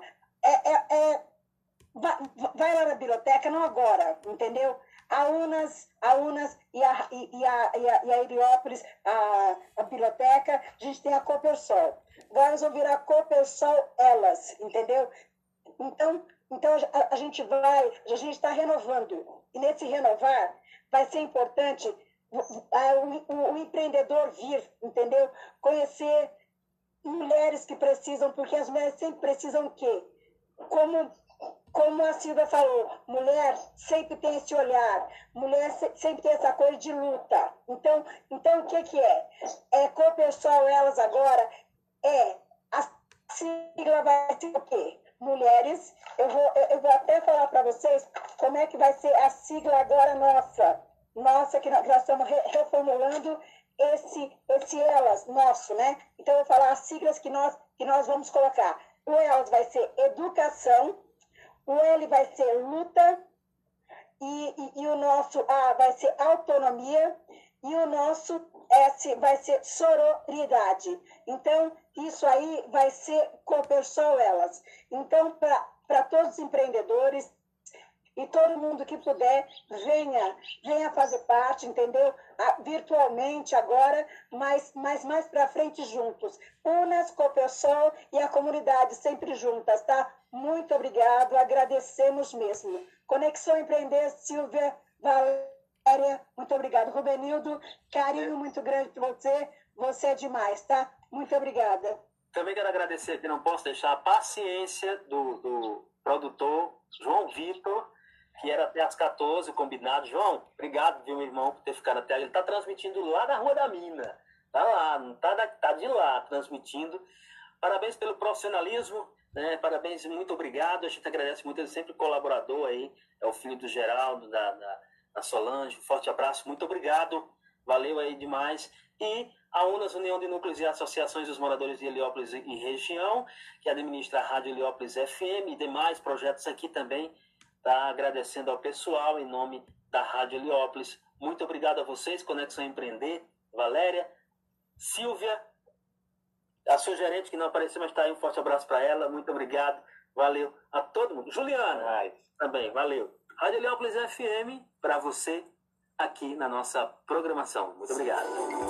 Vai lá na biblioteca, não agora, entendeu? A UNAS e a Heliópolis, a biblioteca, a gente tem a Copersol. Vamos ouvir a Copersol Elas, entendeu? Então a gente está renovando. E nesse renovar, vai ser importante o empreendedor vir, entendeu? Conhecer mulheres que precisam, porque as mulheres sempre precisam o quê? como a Silvia falou, mulher sempre tem esse olhar, mulher sempre tem essa coisa de luta. Então o que é? Copesol Elas agora a sigla vai ser o quê? Mulheres, eu vou até falar para vocês como é que vai ser a sigla agora nossa que nós estamos reformulando esse elas nosso, né? Então eu vou falar as siglas que nós vamos colocar. O elas vai ser educação, o L vai ser luta, e o nosso A vai ser autonomia, e o nosso S vai ser sororidade. Então, isso aí vai ser Copesol Elas. Então, para todos os empreendedores e todo mundo que puder, venha fazer parte, entendeu? Virtualmente agora, mas mais para frente juntos. Unas, Copesol e a comunidade sempre juntas, tá? Muito obrigado, agradecemos mesmo. Conexão Empreender, Silvia, Valéria, muito obrigado. Rubenildo, carinho muito grande por você, você é demais, tá? Muito obrigada. Também quero agradecer aqui, não posso deixar a paciência do produtor João Vitor, que era até às 14, combinado. João, obrigado, viu, meu irmão, por ter ficado até ali. Ele está transmitindo lá da Rua da Mina. Tá lá, não tá de lá transmitindo. Parabéns pelo profissionalismo, né? Parabéns, muito obrigado. A gente agradece muito, ele sempre colaborador aí. É o filho do Geraldo, da Solange. Forte abraço, muito obrigado. Valeu aí demais. E a UNAS, União de Núcleos e Associações dos Moradores de Heliópolis e Região, que administra a Rádio Heliópolis FM e demais projetos aqui também. Tá agradecendo ao pessoal em nome da Rádio Heliópolis. Muito obrigado a vocês, Conexão Empreender, Valéria, Silvia, a sua gerente que não apareceu, mas está aí, um forte abraço para ela. Muito obrigado, valeu a todo mundo. Juliana, também, valeu. Rádio Heliópolis FM para você aqui na nossa programação. Muito obrigado.